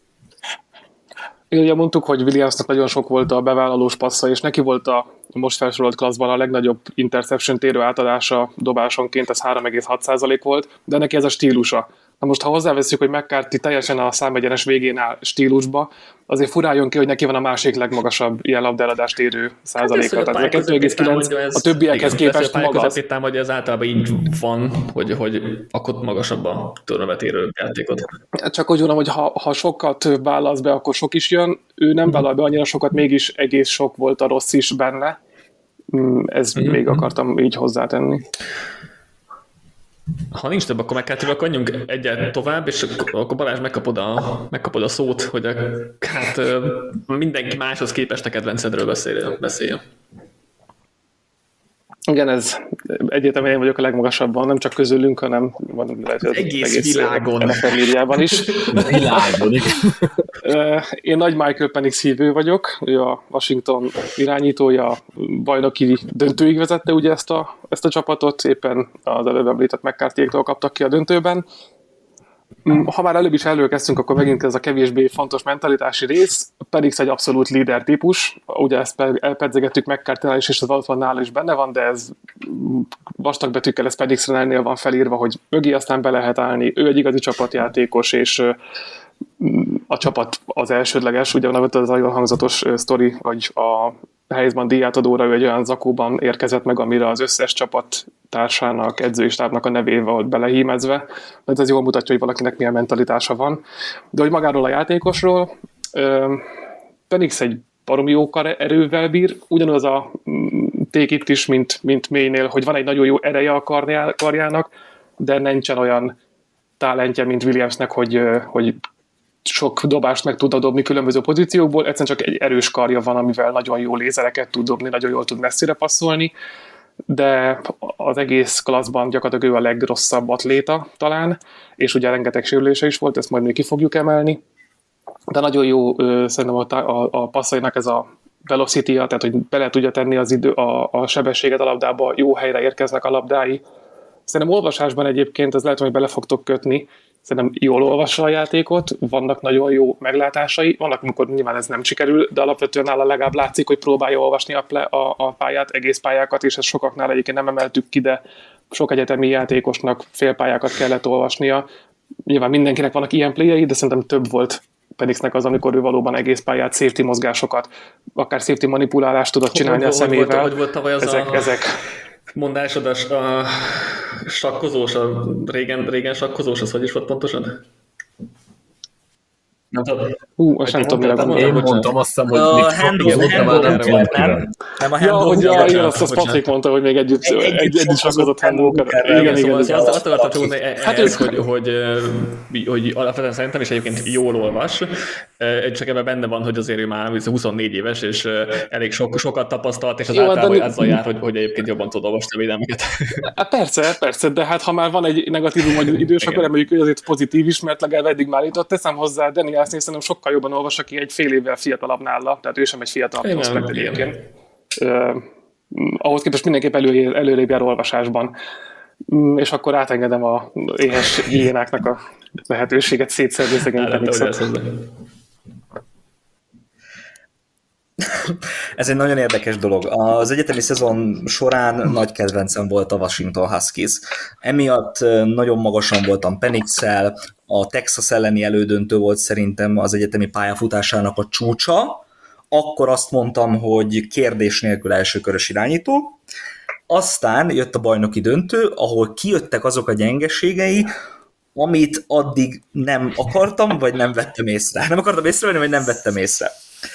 Ugye mondtuk, hogy Williamsnak nagyon sok volt a bevállalós passza, és neki volt a most felsorolt klasszban a legnagyobb interception térő átadása dobásonként, ez 3,6% volt, de neki ez a stílusa. Na most, ha hozzáveszünk, hogy McCarthy teljesen a számegyenes végén áll stílusba, azért furáljon ki, hogy neki van a másik legmagasabb ilyen labdáladást érő százaléka. Tehát ez a 2,9 a többiekhez képest magas. A hogy ez általában így van, hogy akkor magasabb a turnover érő játékot. Csak úgy gondolom, hogy ha sokkal több válasz be, akkor sok is jön. Ő nem vállal be annyira sokat, mégis egész sok volt a rossz is benne. Ez még akartam így hozzátenni. Ha nincs több, akkor akkor menjünk egyet tovább, és akkor Balázs megkapod a szót, hogy hát mindenki máshoz képest a kedvencedről beszéljen. Igen, ez egyértelműen én vagyok a legmagasabban, nem csak közülünk, hanem van lehet, az egész világon. A médiában is. Világon, Én nagy Michael Penix hívő vagyok, ő a Washington irányítója, bajnoki döntőig vezette ugye ezt a csapatot, éppen az előbb említett McCarthy-éktól kaptak ki a döntőben. Ha már előbb is előkezdtünk, akkor megint ez a kevésbé fontos mentalitási rész. Pedix egy abszolút líder típus. Ugye ezt elpedzegettük McCarthy-nál is, és az ott van nála is benne van, de ez vastag betűkkel ez Pedix-nél van felírva, hogy mögé aztán be lehet állni. Ő egy igazi csapatjátékos, és a csapat az elsődleges. Ugye az a hangzatos sztori, hogy a Heisman díjátadóra ő egy olyan zakóban érkezett meg, amire az összes csapattársának, edzői stábnak a nevével volt belehímezve. Ez jól mutatja, hogy valakinek milyen mentalitása van. De hogy magáról a játékosról, Penix egy baromi jó erővel bír, ugyanaz a ték itt is, mint Maynél, hogy van egy nagyon jó ereje a karjának, de nincsen olyan talentje, mint Williamsnek, hogy sok dobást meg tudna dobni különböző pozíciókból, egyszerűen csak egy erős karja van, amivel nagyon jó lézereket tud dobni, nagyon jól tud messzire passzolni, de az egész klasszban gyakorlatilag ő a legrosszabb atléta talán, és ugye rengeteg sérülése is volt, ezt majd még ki fogjuk emelni, de nagyon jó szerintem a passzainak ez a velocity-ja, tehát hogy bele tudja tenni a sebességet a labdába, jó helyre érkeznek a labdái. Szerintem olvasásban egyébként, ez lehet, hogy bele fogtok kötni, szerintem jól olvassa a játékot, vannak nagyon jó meglátásai, vannak, amikor nyilván ez nem sikerül, de alapvetően nála legalább látszik, hogy próbálja olvasni a pályát, egész pályákat, és ezt sokaknál egyébként nem emeltük ki, de sok egyetemi játékosnak félpályákat kellett olvasnia. Nyilván mindenkinek vannak ilyen playei, de szerintem több volt Pedixnek az, amikor ő valóban egész pályát, safety mozgásokat, akár safety manipulálást tudott csinálni a szemével. Hogy volt tavaly az ezek mondásod, a sakkozós, a régen sakkozós, az hogy is volt pontosan? Azt nem tudom, mire gondolom. Én mondtam, azt hiszem, hogy nem a handball. Azt Patrik mondta, hogy még együtt sakkozott handball. Igen. Azt akartam csak mondani, hogy alapvetően szerintem is egyébként jól olvas, csak ebben benne van, hogy azért ő már 24 éves, és elég sokat tapasztalt, és az általában azzal jár, hogy egyébként jobban tud olvasni a védelmeket. Persze, de hát ha már van egy negatívum, hogy idős, akkor emeljük, hogy azért pozitív is, mert legalább eddig már itt teszem hozzá, Daniel szerintem sokkal jobban olvas, aki egy fél évvel fiatalabb nála, tehát ő sem egy fiatal prospekt egyébként. Ahhoz képest mindenképp előrébb jár olvasásban. És akkor átengedem a éhes hiénáknak a lehetőséget szétszedni szegény Penixet. Ez egy nagyon érdekes dolog. Az egyetemi szezon során nagy kedvencem volt a Washington Huskies. Emiatt nagyon magasan voltam Penix-szel, a Texas elleni elődöntő volt szerintem az egyetemi pályafutásának a csúcsa. Akkor azt mondtam, hogy kérdés nélkül elsőkörös irányító. Aztán jött a bajnoki döntő, ahol kijöttek azok a gyengeségei, amit addig nem akartam, vagy nem vettem észre. Nem akartam észrevenni, vagy nem vettem észre.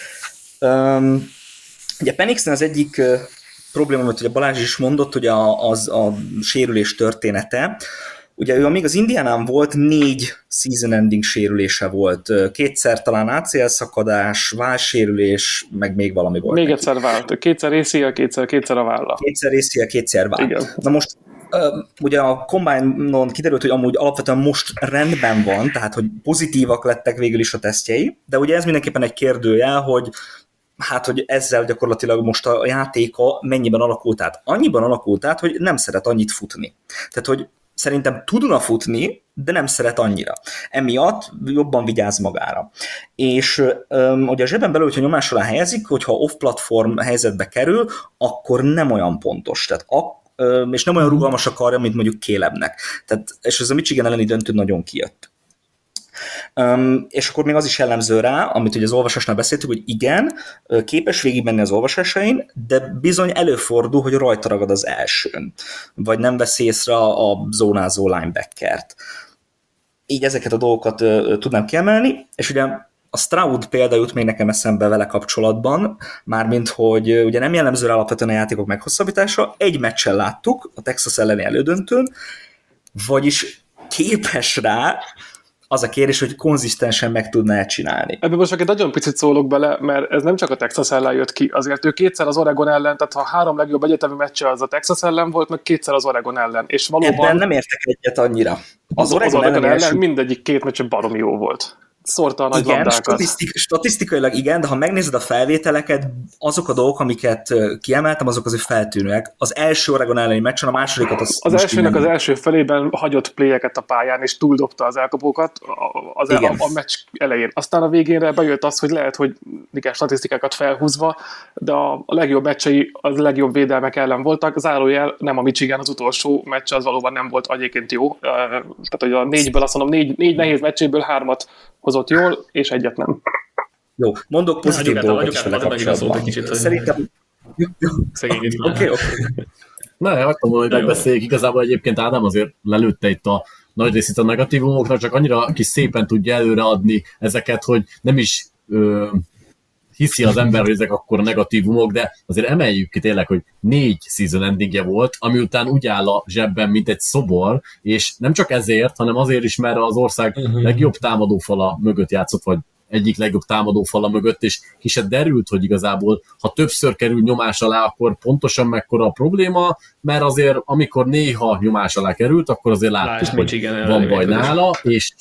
Ugye Penixen az egyik probléma, amit ugye Balázs is mondott, hogy a sérülés története. Ugye ő amíg az Indiánán volt, 4 season ending sérülése volt. 2-szer talán ACL szakadás, vállsérülés, meg még valami volt. Még neki. Egyszer vált. 2-szer ACL, 2-szer a válla. 2-szer ACL, 2-szer váll. Igen. Na most ugye a Combine-on kiderült, hogy amúgy alapvetően most rendben van, tehát hogy pozitívak lettek végül is a tesztjei, de ugye ez mindenképpen egy kérdőjel, hogy ezzel gyakorlatilag most a játéka mennyiben alakult át. Annyiban alakult át, hogy nem szeret annyit futni. Tehát, hogy szerintem tudna futni, de nem szeret annyira. Emiatt jobban vigyáz magára. És ugye a zsebben belül, hogyha nyomás alá helyezik, hogyha off-platform helyzetbe kerül, akkor nem olyan pontos. Tehát és nem olyan rugalmas a karja, mint mondjuk Calebnek. Tehát, és ez a Michigan elleni döntő nagyon kijött. És akkor még az is jellemző rá, amit ugye az olvasásnál beszéltük, hogy igen, képes végigmenni az olvasásain, de bizony előfordul, hogy rajta ragad az elsőn, vagy nem veszi észre a zónázó linebackert. Így ezeket a dolgokat tudnám kiemelni, és ugye a Stroud példa jut még nekem eszembe vele kapcsolatban, mármint, hogy ugye nem jellemző rá alapvetően a játékok meghosszabbítása, egy meccsen láttuk, a Texas elleni elődöntőn, vagyis képes rá, az a kérdés, hogy konzisztensen meg tudná csinálni. Ebben most csak egy nagyon picit szólok bele, mert ez nem csak a Texas ellen jött ki, azért ő 2-szer az Oregon ellen, tehát ha 3 legjobb egyetemi meccse az a Texas ellen volt, meg 2-szer az Oregon ellen. És valóban ebben nem értek egyet annyira. Az Oregon ellen mindegyik 2 meccse baromi jó volt. szórta a nagy igen, labdákat. statisztikailag igen, de ha megnézed a felvételeket, azok a dolgok, amiket kiemeltem, azok azért feltűnőek. Az első Oregon elleni meccsen, a másodikat az elsőnek az első felében hagyott playeket a pályán, és túldobta az elkapókat a meccs elején. Aztán a végénre bejött az, hogy lehet, hogy igen, statisztikákat felhúzva, de a legjobb meccsei az legjobb védelmek ellen voltak. Zárójel, nem a Michigan az utolsó meccs, az valóban nem volt egyébként jó. Tehát, hogy a 4-ből azt mondom, 4 nehéz meccséből 3-at hozott jól, és egyet nem. Jó, mondok pozitív dolgokat is vele kapcsolatban. Szerintem... Oké. Na, hagytam volna, hogy megbeszéljük. Igazából egyébként Ádám azért lelőtte itt a nagy részét a negatívumoknak, csak annyira kis szépen tudja előreadni ezeket, hogy nem is hiszi az ember, hogy ezek akkor a negatívumok, de azért emeljük ki tényleg, hogy 4 season endingje volt, ami után úgy áll a zsebben, mint egy szobor, és nem csak ezért, hanem azért is, mert az ország legjobb támadófala mögött játszott, vagy egyik legjobb támadófala mögött, és ki se derült, hogy igazából, ha többször kerül nyomás alá, akkor pontosan mekkora a probléma, mert azért, amikor néha nyomás alá került, akkor azért láttuk, hogy van baj nála, és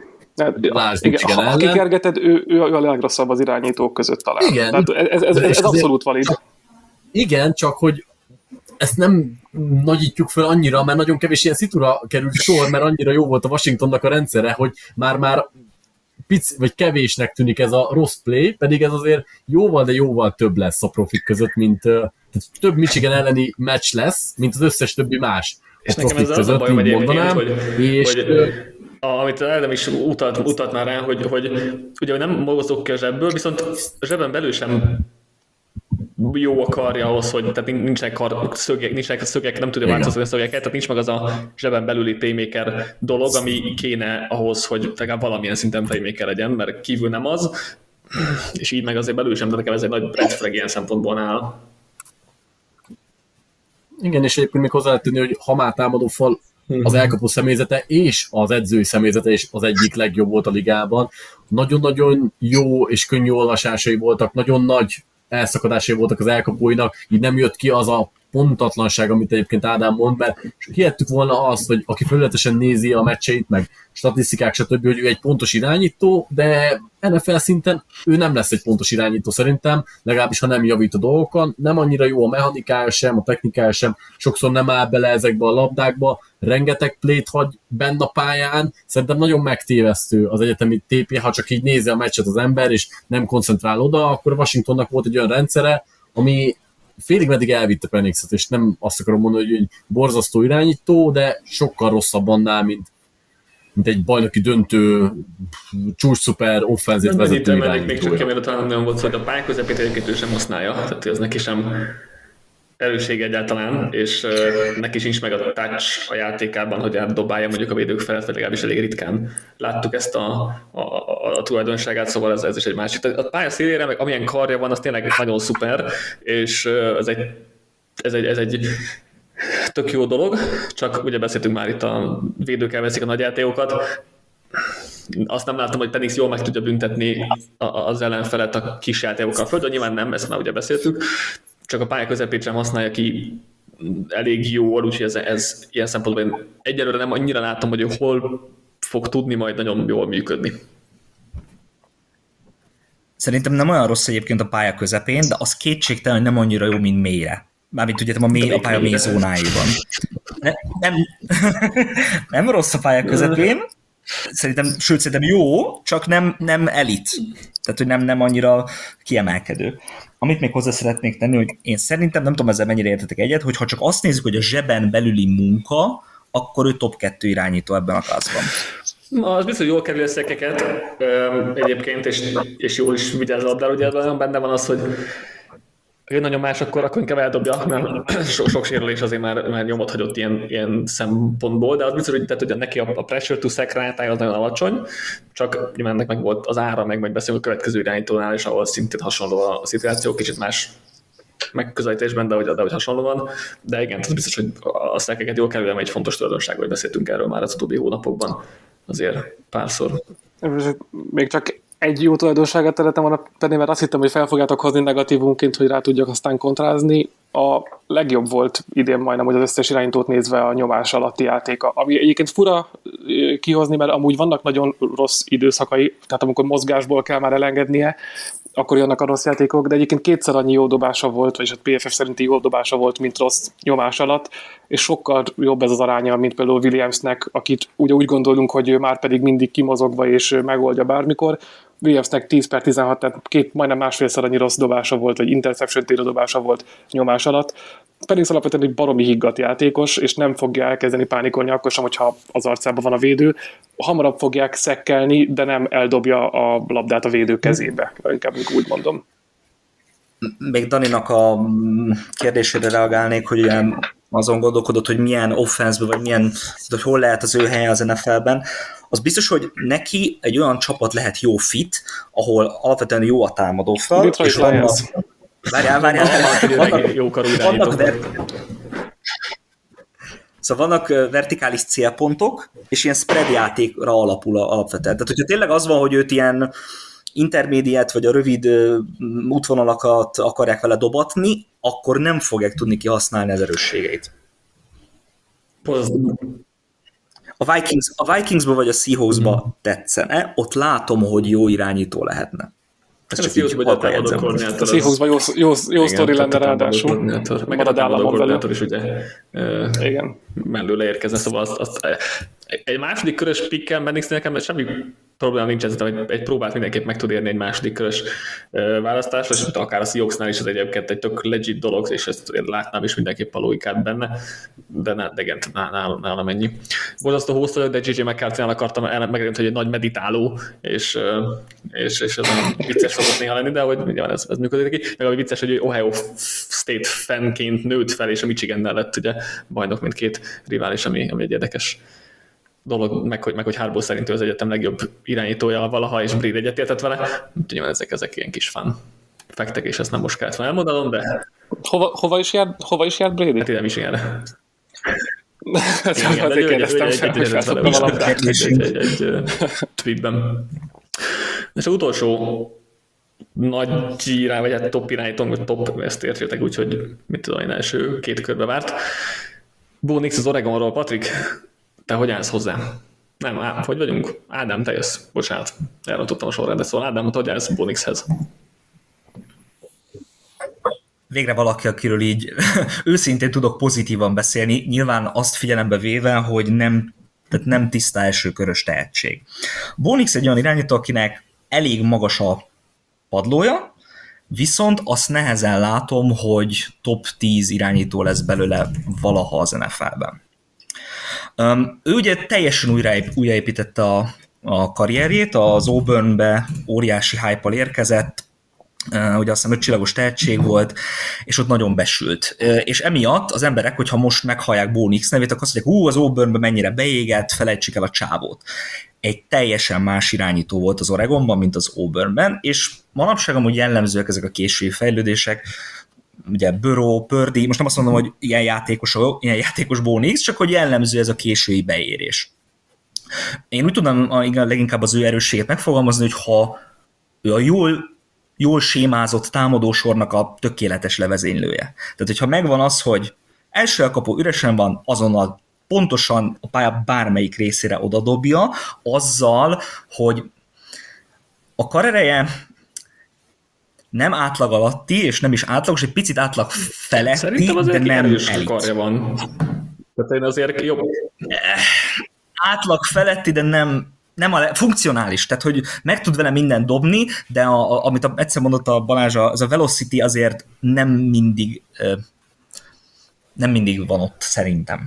ha kikergeted, ő a legrosszabb az irányítók között talán. Igen. Tehát ez abszolút valid. Igen, csak hogy ezt nem nagyítjuk fel annyira, mert nagyon kevés ilyen szitura került sor, mert annyira jó volt a Washingtonnak a rendszere, hogy már vagy kevésnek tűnik ez a rossz play, pedig ez azért jóval, de jóval több lesz a profik között, mint több Michigan elleni meccs lesz, mint az összes többi más és nekem ez az a bajom egyébként, hogy amit Ádám is utalt már rá, hogy ugye nem mozogok ki a zsebből, viszont a zsebben belül sem jó a karja ahhoz, hogy tehát nincsenek szögek, nem tudja változtatni a szögeket, tehát nincs meg az a zsebben belüli playmaker dolog, ami kéne ahhoz, hogy legalább valamilyen szinten playmaker legyen, mert kívül nem az, és így meg azért belül sem, de nekem ez egy nagy red flag ilyen szempontból áll. Igen, és egyébként még hozzá lehet tenni, hogy ha már támadó fal az elkapó személyzete és az edzői személyzete is az egyik legjobb volt a ligában. Nagyon-nagyon jó és könnyű olvasásai voltak, nagyon nagy elszakadásai voltak az elkapóinak, így nem jött ki az a pontatlanság, amit egyébként Ádám mond, mert hihettük volna azt, hogy aki felületesen nézi a meccseit, meg statisztikák, stb., hogy ő egy pontos irányító, de NFL szinten ő nem lesz egy pontos irányító szerintem, legalábbis ha nem javít a dolgokon, nem annyira jó a mechanikája sem, a technikája sem, sokszor nem áll bele ezekbe a labdákba, rengeteg plét hagy benne a pályán, szerintem nagyon megtévesztő az egyetemi TP, ha csak így nézi a meccset az ember, és nem koncentrál oda, akkor Washingtonnak volt egy olyan rendszere, ami félig meddig elvitte Penixet, és nem azt akarom mondani, hogy egy borzasztó irányító, de sokkal rosszabb annál, mint egy bajnoki döntő csúcs-szuper offenzív vezető irányító. Még csak kiemélő talán nem volt szó, hogy a pályák közepét egyébként ő sem használja, tehát ez neki sem erőssége egyáltalán, és neki sincs meg a touch a játékában, hogy átdobálja mondjuk a védők felett, vagy legalábbis elég ritkán láttuk ezt a tulajdonságát, szóval ez is egy másik. A pálya szélére, meg amilyen karja van, az tényleg nagyon szuper, és ez egy tök jó dolog, csak ugye beszéltünk már itt a védők elveszik a nagy játékokat, azt nem látom, hogy Penix jól meg tudja büntetni az ellenfelet a kis játékokkal. Földön nyilván nem, ezt már ugye beszéltük, csak a pálya közepét sem használja ki elég jól, úgyhogy ez ilyen szempontból én egyelőre nem annyira látom, hogy ő hol fog tudni majd nagyon jól működni. Szerintem nem olyan rossz egyébként a pálya közepén, de az kétségtelen nem annyira jó, mint mélyre. Mármint tudjátok, a pálya mély zónáiban. Nem rossz a pálya közepén, szerintem jó, csak nem elit. Tehát, hogy nem annyira kiemelkedő. Amit még hozzá szeretnék tenni, hogy én szerintem, nem tudom ezzel mennyire értetek egyet, hogy ha csak azt nézzük, hogy a zseben belüli munka, akkor ő top 2 irányító ebben a klasszban. Az biztos, hogy jól kerül a szekeket egyébként, és jól is vigyáz a labdára, ugye benne van az, hogy jön nagyon más, akkor inkább eldobja, mert sok sérülés azért már nyomot hagyott ilyen szempontból, de az biztos, hogy neki a pressure to sack rátája az nagyon alacsony, csak nyilván ennek meg volt az ára, meg majd beszélünk a következő irányítónál, és ahol szintén hasonló a szituáció, kicsit más megközelítésben, de hogy hasonlóan. De igen, az biztos, hogy a sackeket jól kerül, egy fontos tulajdonság, hogy beszéltünk erről már az utóbbi hónapokban azért párszor. Még csak egy jó tulajdonságát szeretem volna tenni, mert azt hittem, hogy fel fogjátok hozni negatívunként, hogy rá tudjak aztán kontrázni. A legjobb volt idén majdnem, hogy az összes irányítót nézve a nyomás alatti játéka. Ami egyébként fura kihozni, mert amúgy vannak nagyon rossz időszakai, tehát amikor mozgásból kell már elengednie, akkor jönnek a rossz játékok, de egyébként kétszer annyi jó dobása volt, vagyis a PFF szerinti jó dobása volt, mint rossz nyomás alatt, és sokkal jobb ez az aránya, mint például Williamsnek, akit ugye úgy gondolunk, hogy ő már pedig mindig kimozogva és megoldja bármikor. Williamsnek 10/16, tehát majdnem másfélszer annyi rossz dobása volt, vagy interception térő dobása volt nyomás alatt. Pedig alapvetően egy baromi higgadt játékos, és nem fogja elkezdeni pánikolni akkor sem, hogyha az arcában van a védő. Hamarabb fogják szekkelni, de nem eldobja a labdát a védő kezébe. Inkább úgy mondom. Még Daninak a kérdésére reagálnék, hogy ilyen azon gondolkodott, hogy milyen offenszben, vagy milyen, hogy hol lehet az ő helye az NFL-ben. Az biztos, hogy neki egy olyan csapat lehet jó fit, ahol alapvetően jó a támadófal, és vannak... Várjál. Szóval vannak vertikális célpontok, és ilyen spread játékra alapul alapvetően. Tehát, hogyha tényleg az van, hogy őt ilyen intermédiát, vagy a rövid útvonalakat akarják vele dobatni, akkor nem fogják tudni kihasználni az erősségeit. A Vikingsba vagy a Seahawksba tetszene, ott látom, hogy jó irányító lehetne. Ez csak így halkajegyzem. A Seahawksban jó sztori lenne ráadásul. Meg a támadó koordinátor is ugye mellőle érkezne, szóval egy második körös pickkel Bendixnél nekem semmi probléma nincs ez, egy próbát mindenképp meg tud érni egy második körös választásra, és akár a Seahawksnál is ez egyébként egy tök legit dolog, és ezt én látnám is mindenképp a logikát benne, de igen, nálam ennyi. Borzasztó hosszú vagyok, de JJ McCarthy-nál akartam megérni, hogy egy nagy meditáló, és ez a vicces szokott néha lenni, de hogy nyilván ez működik ki. Meg a vicces, hogy Ohio State fanként nőtt fel, és a Michigannel lett ugye bajnok, mint két rivális, ami egy érdekes dolog, meg hogy Harbaugh szerint ő az egyetem legjobb irányítója valaha, és Brady egyetértett vele. Nyilván ezek ilyen kis fun faktek, és ezt nem most kellett volna elmondanom, de... Hova is járt Brady? Hát ide Michiganre. Azért kérdeztem egy tweetben. És az utolsó nagy irány, vagy hát top irányítón, vagy top, ezt értsétek úgy, hogy mit tudom én, első 2 körbe várt. Bo Nix az Oregonról, Patrik, te hogy állsz hozzá? Nem, hogy vagyunk? Ádám, te jössz. Bocsánat, elrontottam a sorrendet, szóval Ádám, hogy állsz Bo Nixhez? Végre valaki, akiről így őszintén tudok pozitívan beszélni, nyilván azt figyelembe véve, hogy nem tiszta elsőkörös tehetség. Bo Nix egy olyan irányító, akinek elég magas a padlója, viszont azt nehezen látom, hogy top 10 irányító lesz belőle valaha az NFL-ben. Ő ugye teljesen újraépítette a karrierjét, az Auburnbe óriási hype-al érkezett, ugye azt hiszem 5 csillagos tehetség volt, és ott nagyon besült. És emiatt az emberek, hogyha most meghallják Bo Nix nevét, akkor azt mondják, az Auburnbe mennyire beégett, felejtsük el a csávót. Egy teljesen más irányító volt az Oregonban, mint az Auburnben, és manapság amúgy jellemzőek ezek a késői fejlődések, ugye Burrow, Purdy, most nem azt mondom, hogy ilyen játékos Bo Nix, csak hogy jellemző ez a késői beérés. Én úgy tudom leginkább az ő erősségét megfogalmazni, hogy ha ő a jól sémázott támadósornak a tökéletes levezénylője. Tehát, hogyha megvan az, hogy első elkapó üresen van, azonnal pontosan a pálya bármelyik részére odadobja, azzal, hogy a karereje nem átlag alatti, és nem is átlagos, egy picit átlag feletti, szerintem azért de nem elit. Karja van. Tehát én azért jobb. Átlag feletti, de nem funkcionális, tehát hogy meg tud vele mindent dobni, de amit egyszer mondott a Balázs, az a velocity azért nem mindig van ott szerintem.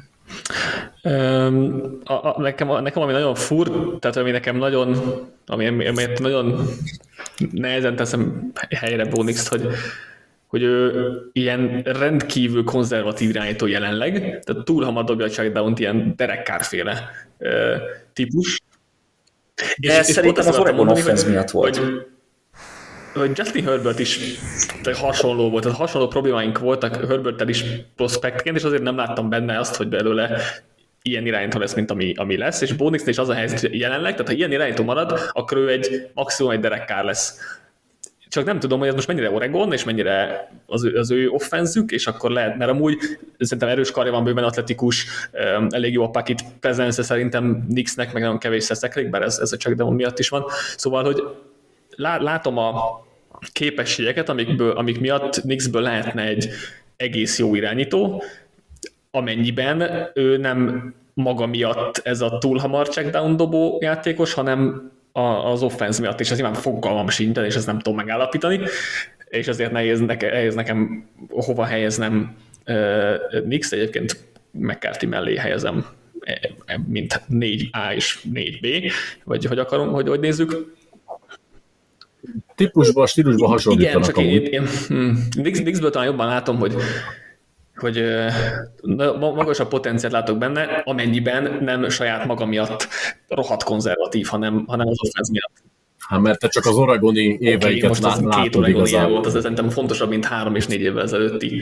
Nekem ami nagyon tehát ami nekem nagyon, amit nagyon nehezen teszem helyre Bo Nix, hogy ő ilyen rendkívül konzervatív irányító jelenleg, tehát túl hamar dobja a checkdownt, ilyen Derek Carr-féle típus. De és szerintem az Oregon offense miatt volt. Hogy Justin Herbert is hasonló volt, tehát hasonló problémáink voltak Herberttel is prospektként, és azért nem láttam benne azt, hogy belőle ilyen irányító lesz, mint ami lesz, és Bo Nixnél is az a helyzet jelenleg, tehát ha ilyen irányító marad, akkor ő maximum egy Derek Carr lesz. Csak nem tudom, hogy ez most mennyire Oregon, és mennyire az ő offenzük, és akkor lehet, mert amúgy szerintem erős karja van, bőven atletikus, elég jó a pocket presence, szerintem Knicksnek meg nagyon kevés szekrék, bár ez a check down miatt is van. Szóval, hogy látom a képességeket, amik miatt Knicksből lehetne egy egész jó irányító, amennyiben ő nem maga miatt ez a túl hamar checkdown dobó játékos, hanem az offense miatt, és ez nyilván fogalmam sincs, és ezt nem tudom megállapítani, és ezért nehéz nekem hova helyeznem Knicks, egyébként McCarthy mellé helyezem mint 4A és 4B, vagy hogy akarom, hogy nézzük. Típusban, stílusban hasonlítanak. Igen, csak én Knicksből talán jobban látom, hogy magasabb potenciált látok benne, amennyiben nem saját maga miatt rohadt konzervatív, hanem az offense miatt. Hát mert te csak az oregoni éveiket most az látod 2 oregoni év volt, igazából. az szerintem fontosabb, mint 3 és 4 évvel ezelőtti.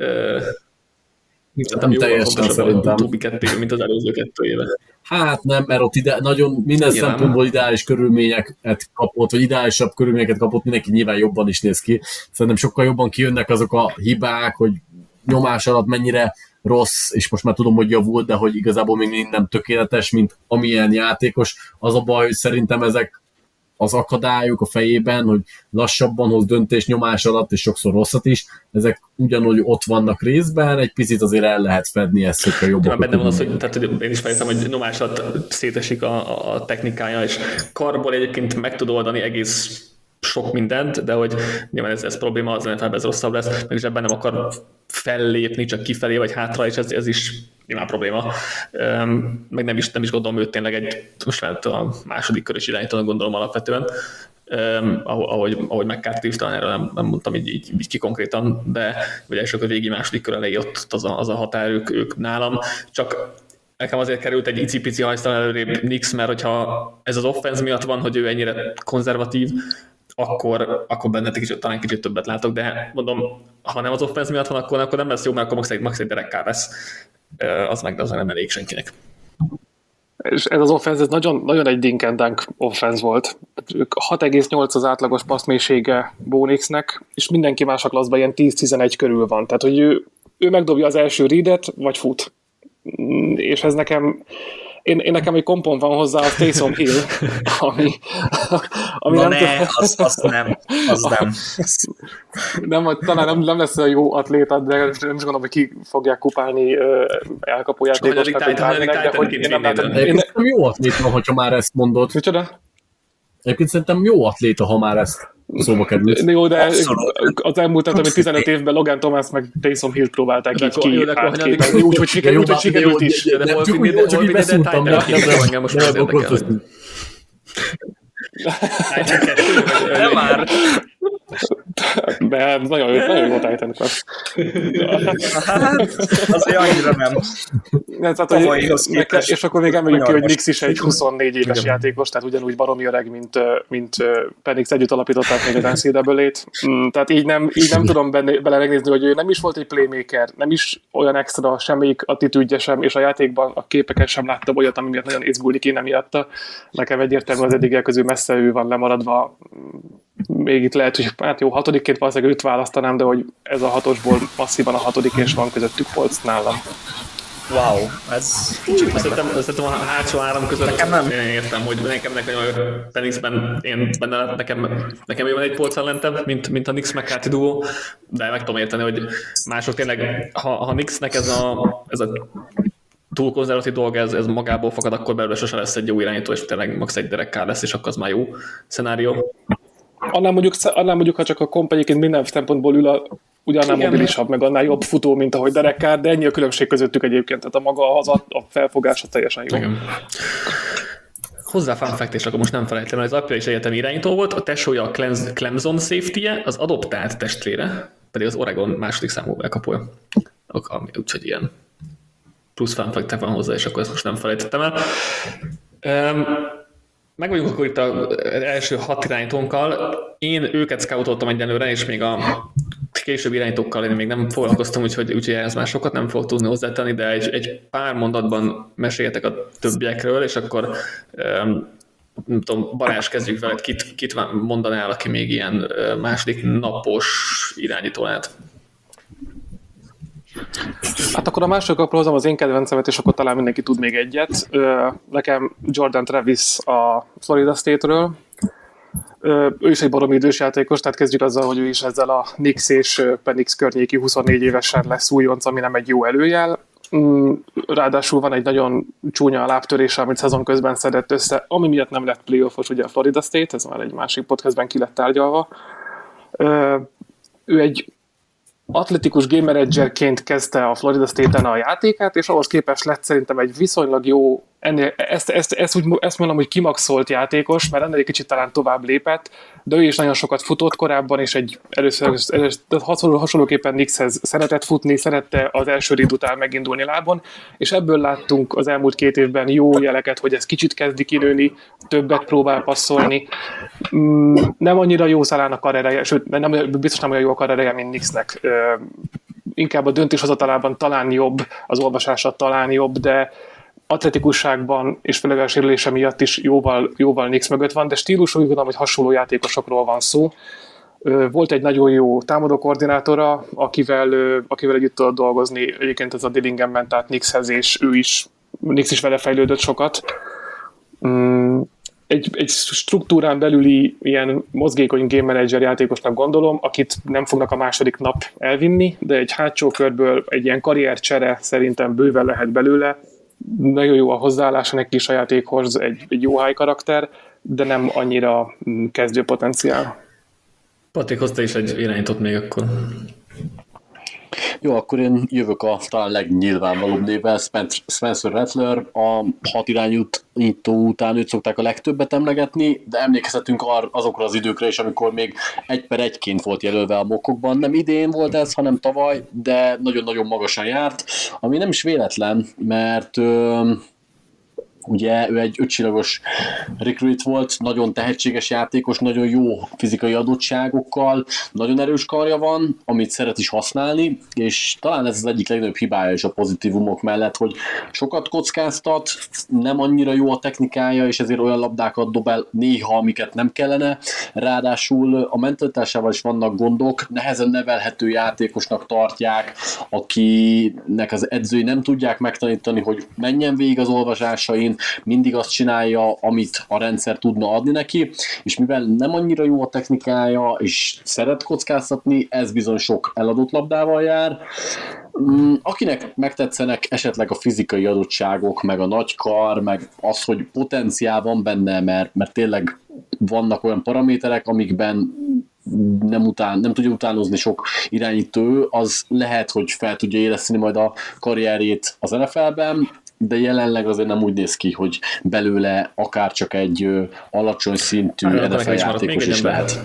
Nem teljesen szerintem. Utóbbi 2 év, mint az előző 2 éve. Hát nem, mert ott nagyon minden Nyilván. szempontból ideális körülményeket kapott, vagy ideálisabb körülményeket kapott, mindenki nyilván jobban is néz ki. Szerintem sokkal jobban kijönnek azok a hibák, hogy nyomás alatt mennyire rossz, és most már tudom, hogy javult, de hogy igazából még nem tökéletes, mint amilyen játékos. Az a baj, hogy szerintem ezek az akadályok a fejében, hogy lassabban hoz döntés nyomás alatt, és sokszor rosszat is, ezek ugyanúgy ott vannak részben, egy picit azért el lehet fedni ezt, hogyha jobban. Benne van az, hogy én is fejtem, hogy nyomás alatt szétesik a technikája, és karból egyébként meg tud oldani egész sok mindent, de hogy nyilván ez probléma, az NFL-ben ez rosszabb lesz, meg is ebben nem akar fellépni, csak kifelé vagy hátra, és ez is nyilván probléma. Meg nem is gondolom őt tényleg most lehet a második körös irányítónak gondolom alapvetően, ahogy McCarthy is, talán erről nem mondtam így ki konkrétan, de vagy első a végi második kör elejé ott az a határ, ők nálam, csak nekem azért került egy icipici hajsztal előrébb Knicks, mert hogyha ez az offense miatt van, hogy ő ennyire konzervatív, akkor benne talán kicsit többet látok, de mondom, ha nem az offense miatt van, akkor nem lesz jó, mert akkor max egy Derek Carr lesz. Az nem elég senkinek. És ez az offense, ez nagyon, nagyon egy dink and dunk offense volt. 6,8 az átlagos passzmélysége Bo Nixnek, és mindenki más a klasszban ilyen 10-11 körül van. Tehát, hogy ő megdobja az első readet, vagy fut. És ez nekem nekem egy kompon van hozzá a Taysom Hill, ami na nem nem. Talán nem lesz a jó atléta, de nem is gondolom, hogy ki fogják kupálni elkapó játékosnak. Egyébként jó atléta, hogyha már ezt mondod. Micsoda? Egyébként szerintem jó atléta, ha már ezt szóba került. Jó, de az elmúlt 15 évben Logan Thomas meg Taysom Hill próbálták így ki átképezni, úgyhogy sikerült is. Csak így beszúrtam. Nem már. De nagyon jó Titan Class. Hát, azért annyira nem. És akkor még emeljük ki, hogy Knicks is egy 24 éves játékos, tehát ugyanúgy baromi öreg, mint Penix együtt alapították még az NCAA-t. Tehát így nem tudom bele megnézni, hogy ő nem is volt egy playmaker, nem is olyan extra, semmelyik attitűdje sem, és a játékban a képeken sem láttam olyat, ami miatt nagyon izgulni kéne miatta. Nekem egyértelmű az eddigiek közül messze ő van lemaradva. Még itt lehet, hogy hát jó, 6-ként valószínűleg őt választanám, de hogy ez a 6-osból masszívan a 6. és van közöttük polc nálam. Wow, ez kicsit Szerintem a hátsó áram között nekem nem. Én értem, hogy nekem Penixben nekem jó van egy polccal lentebb, mint a Knicks McCarthy duó, de meg tudom érteni, hogy mások tényleg, ha Knicksnek ez a túl konzervatív dolog, ez magából fakad, akkor belőle sose lesz egy jó irányító, és tényleg max egy Derek Carr lesz, és akkor az már jó szenárió. Annál mondjuk, ha csak a komp egyébként minden szempontból ül ugyanannál mobilisabb, meg annál jobb futó, mint ahogy Derek Carr, de ennyi a különbség közöttük egyébként, tehát a maga a felfogása teljesen jó. Igen. Hozzá fun fact, és akkor most nem felejtem, hogy az apja is egyetemi irányító volt, a tesója a Clemson safety-je, az adoptált testvére, pedig az Oregon második számú elkapója. Úgyhogy ilyen plusz fun fact van hozzá, és akkor ezt most nem felejtettem el. Meg vagyunk akkor itt az első 6 irányítónkkal. Én őket scoutoltam egyenlőre, és még a később irányítókkal én még nem foglalkoztam, úgyhogy ehhez már sokat nem fogok tudni hozzátenni, de egy pár mondatban meséljetek a többiekről, és akkor nem tudom, Balázs, kezdjük veled, kit mondanál, aki még ilyen második napos irányító lehet? Hát akkor a második kapról hozom az én kedvencemet, és akkor talán mindenki tud még egyet. Nekem Jordan Travis a Florida State-ről. Ő is egy baromi idős játékos, tehát kezdjük azzal, hogy ő is ezzel a Knicks és Penix környéki 24 évesen lesz újonc, ami nem egy jó előjel. Ráadásul van egy nagyon csúnya lábtörése, amit szezon közben szedett össze, ami miatt nem lett playoffos, ugye a Florida State, ez már egy másik podcastben ki lett tárgyalva. Ő egy atletikus game managerként kezdte a Florida State-en a játékát, és ahhoz képest lett szerintem egy viszonylag jó, ezt mondom, hogy kimaxolt játékos, mert ennél egy kicsit talán tovább lépett, de ő is nagyon sokat futott korábban, és először hasonlóképpen Knickshez szeretett futni, szerette az első rid után megindulni lábon, és ebből láttunk az elmúlt 2 évben jó jeleket, hogy ez kicsit kezdi kinőni, többet próbál passzolni. Nem annyira jó talán a karriereje, sőt, biztos nem olyan jó a karriereje, mint Knicksnek. Inkább a döntéshozatalában talán jobb, az olvasása talán jobb, de atletikusságban és főleg a sérülése miatt is jóval Knicks mögött van, de stílusú, úgy gondolom, hogy hasonló játékosokról van szó. Volt egy nagyon jó támadó koordinátora, akivel együtt tudott dolgozni, egyébként ez a Dillinghamben, tehát Knickshez, és Knicks is vele fejlődött sokat. Egy struktúrán belüli ilyen mozgékony game manager játékosnak gondolom, akit nem fognak a második nap elvinni, de egy hátsó körből egy ilyen karriercsere szerintem bőven lehet belőle. Nagyon jó a hozzáállása neki is a játékhoz, egy jó high karakter, de nem annyira kezdő potenciál. Patrik, hozta is egy irányított még akkor. Jó, akkor én jövök a talán legnyilvánvalóbb névvel, Spencer Rattler, a 6 irányító után őt szokták a legtöbbet emlegetni, de emlékezhetünk azokra az időkre is, amikor még 1/1-ként volt jelölve a mockokban. Nem idén volt ez, hanem tavaly, de nagyon-nagyon magasan járt, ami nem is véletlen, mert ugye ő egy 5 csillagos recruit volt, nagyon tehetséges játékos, nagyon jó fizikai adottságokkal, nagyon erős karja van, amit szeret is használni, és talán ez az egyik legnagyobb hibája is a pozitívumok mellett, hogy sokat kockáztat, nem annyira jó a technikája, és ezért olyan labdákat dob el néha, amiket nem kellene, ráadásul a mentalitásával is vannak gondok, nehezen nevelhető játékosnak tartják, akinek az edzői nem tudják megtanítani, hogy menjen végig az olvasásain, mindig azt csinálja, amit a rendszer tudna adni neki, és mivel nem annyira jó a technikája, és szeret kockáztatni, ez bizony sok eladott labdával jár. Akinek megtetszenek esetleg a fizikai adottságok, meg a nagykar, meg az, hogy potenciál van benne, mert tényleg vannak olyan paraméterek, amikben nem tudja utánozni sok irányító, az lehet, hogy fel tudja éleszteni majd a karrierjét az NFL-ben, de jelenleg azért nem úgy néz ki, hogy belőle akár csak egy alacsony szintű NFL játékos is lehet.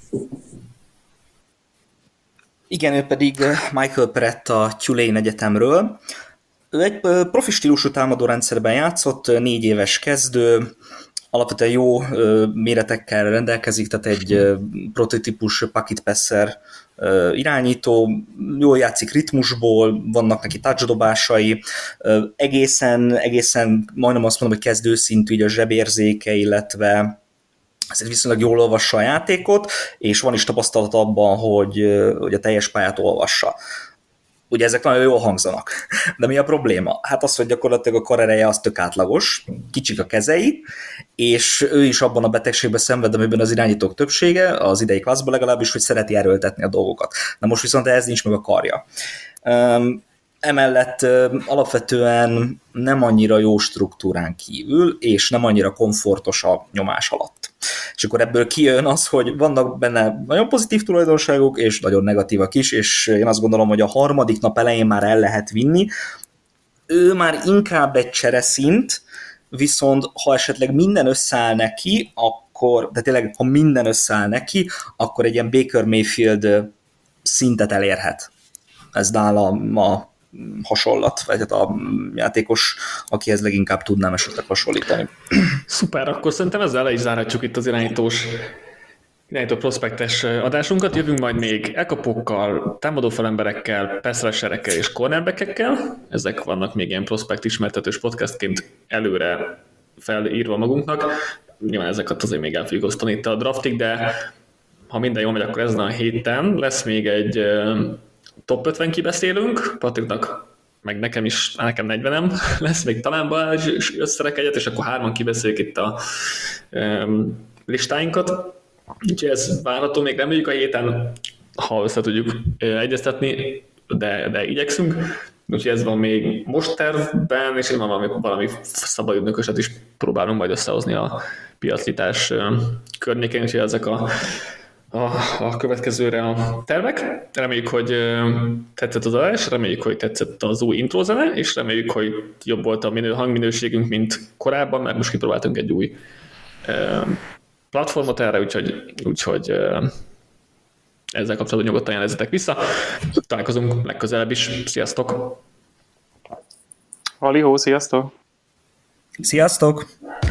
Igen, ő pedig Michael Perrett a Tulane Egyetemről. Ő egy profi stílusú támadó rendszerben játszott, 4 éves kezdő, alapvetően jó méretekkel rendelkezik, tehát egy prototípus pocket passer irányító, jól játszik ritmusból, vannak neki touchdobásai, egészen majdnem azt mondom, hogy kezdőszintű így a zsebérzéke, illetve ezért viszonylag jól olvassa a játékot, és van is tapasztalat abban, hogy a teljes pályát olvassa. Ugye ezek nagyon jól hangzanak. De mi a probléma? Hát az, hogy gyakorlatilag a karereje az tök átlagos, kicsik a kezei, és ő is abban a betegségben szenved, amiben az irányítók többsége, az idei klasszban legalábbis, hogy szereti erőltetni a dolgokat. Na most viszont ez nincs meg a karja. Emellett alapvetően nem annyira jó struktúrán kívül, és nem annyira komfortos a nyomás alatt. És akkor ebből kijön az, hogy vannak benne nagyon pozitív tulajdonságok, és nagyon negatívak is, és én azt gondolom, hogy a 3. nap elején már el lehet vinni. Ő már inkább egy csereszint, viszont ha esetleg minden összeáll neki, de tényleg, ha minden összeáll neki, akkor egy ilyen Baker Mayfield szintet elérhet. Ez nálam a hasonlat, vagy hát a játékos, akihez leginkább tudnám esetleg hasonlítani. Szuper, akkor szerintem ezzel le is zárhatjuk itt az irányító prospektes adásunkat. Jövünk majd még elkapókkal, támadó falemberekkel, pass-rusherekkel és cornerbackekkel. Ezek vannak még ilyen prospekt ismertetős podcastként előre felírva magunknak. Nyilván ezeket azért még el fogjuk osztani itt a draftig, de ha minden jól megy, akkor ezen a héten lesz még egy top 50 kibeszélünk, Patriknak meg nekem 40-em lesz, még talán Balázs is összerek egyet, és akkor 3 kibeszéljük itt a listáinkat. Úgyhogy ez várható, még reméljük a héten, ha össze tudjuk egyeztetni, de igyekszünk. Úgyhogy ez van még most tervben, és van valami szabad ügynököset is próbálunk majd összehozni a piacnyitás környékén, úgyhogy ezek a következőre a tervek. Reméljük, hogy tetszett az adás, reméljük, hogy tetszett az új intrózene, és reméljük, hogy jobb volt a hangminőségünk, mint korábban, mert most kipróbáltunk egy új platformot erre, úgyhogy ezzel kapcsolatban nyugodtan jelezzetek vissza. Találkozunk legközelebb is. Sziasztok! Halihó, sziasztok! Sziasztok!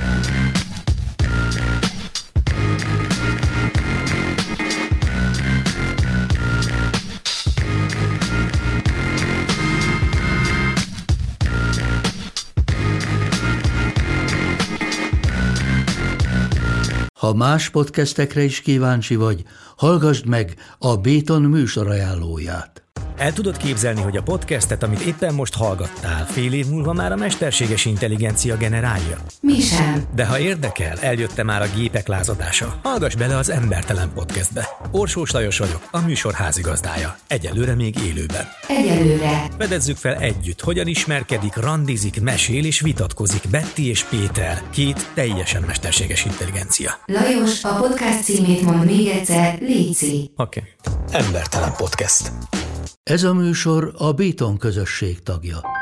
Ha más podcastekre is kíváncsi vagy, hallgassd meg a Béton műsor ajánlóját. El tudod képzelni, hogy a podcastet, amit éppen most hallgattál, fél év múlva már a mesterséges intelligencia generálja? Mi sem. De ha érdekel, eljött már a gépek lázadása. Hallgass bele az Embertelen Podcastbe. Orsós Lajos vagyok, a műsor házigazdája. Egyelőre még élőben. Egyelőre. Fedezzük fel együtt, hogyan ismerkedik, randizik, mesél és vitatkozik Betty és Péter, 2 teljesen mesterséges intelligencia. Lajos, a podcast címét mond még egyszer, léci. Oké. Embertelen Podcast. Ez a műsor a Béton közösség tagja.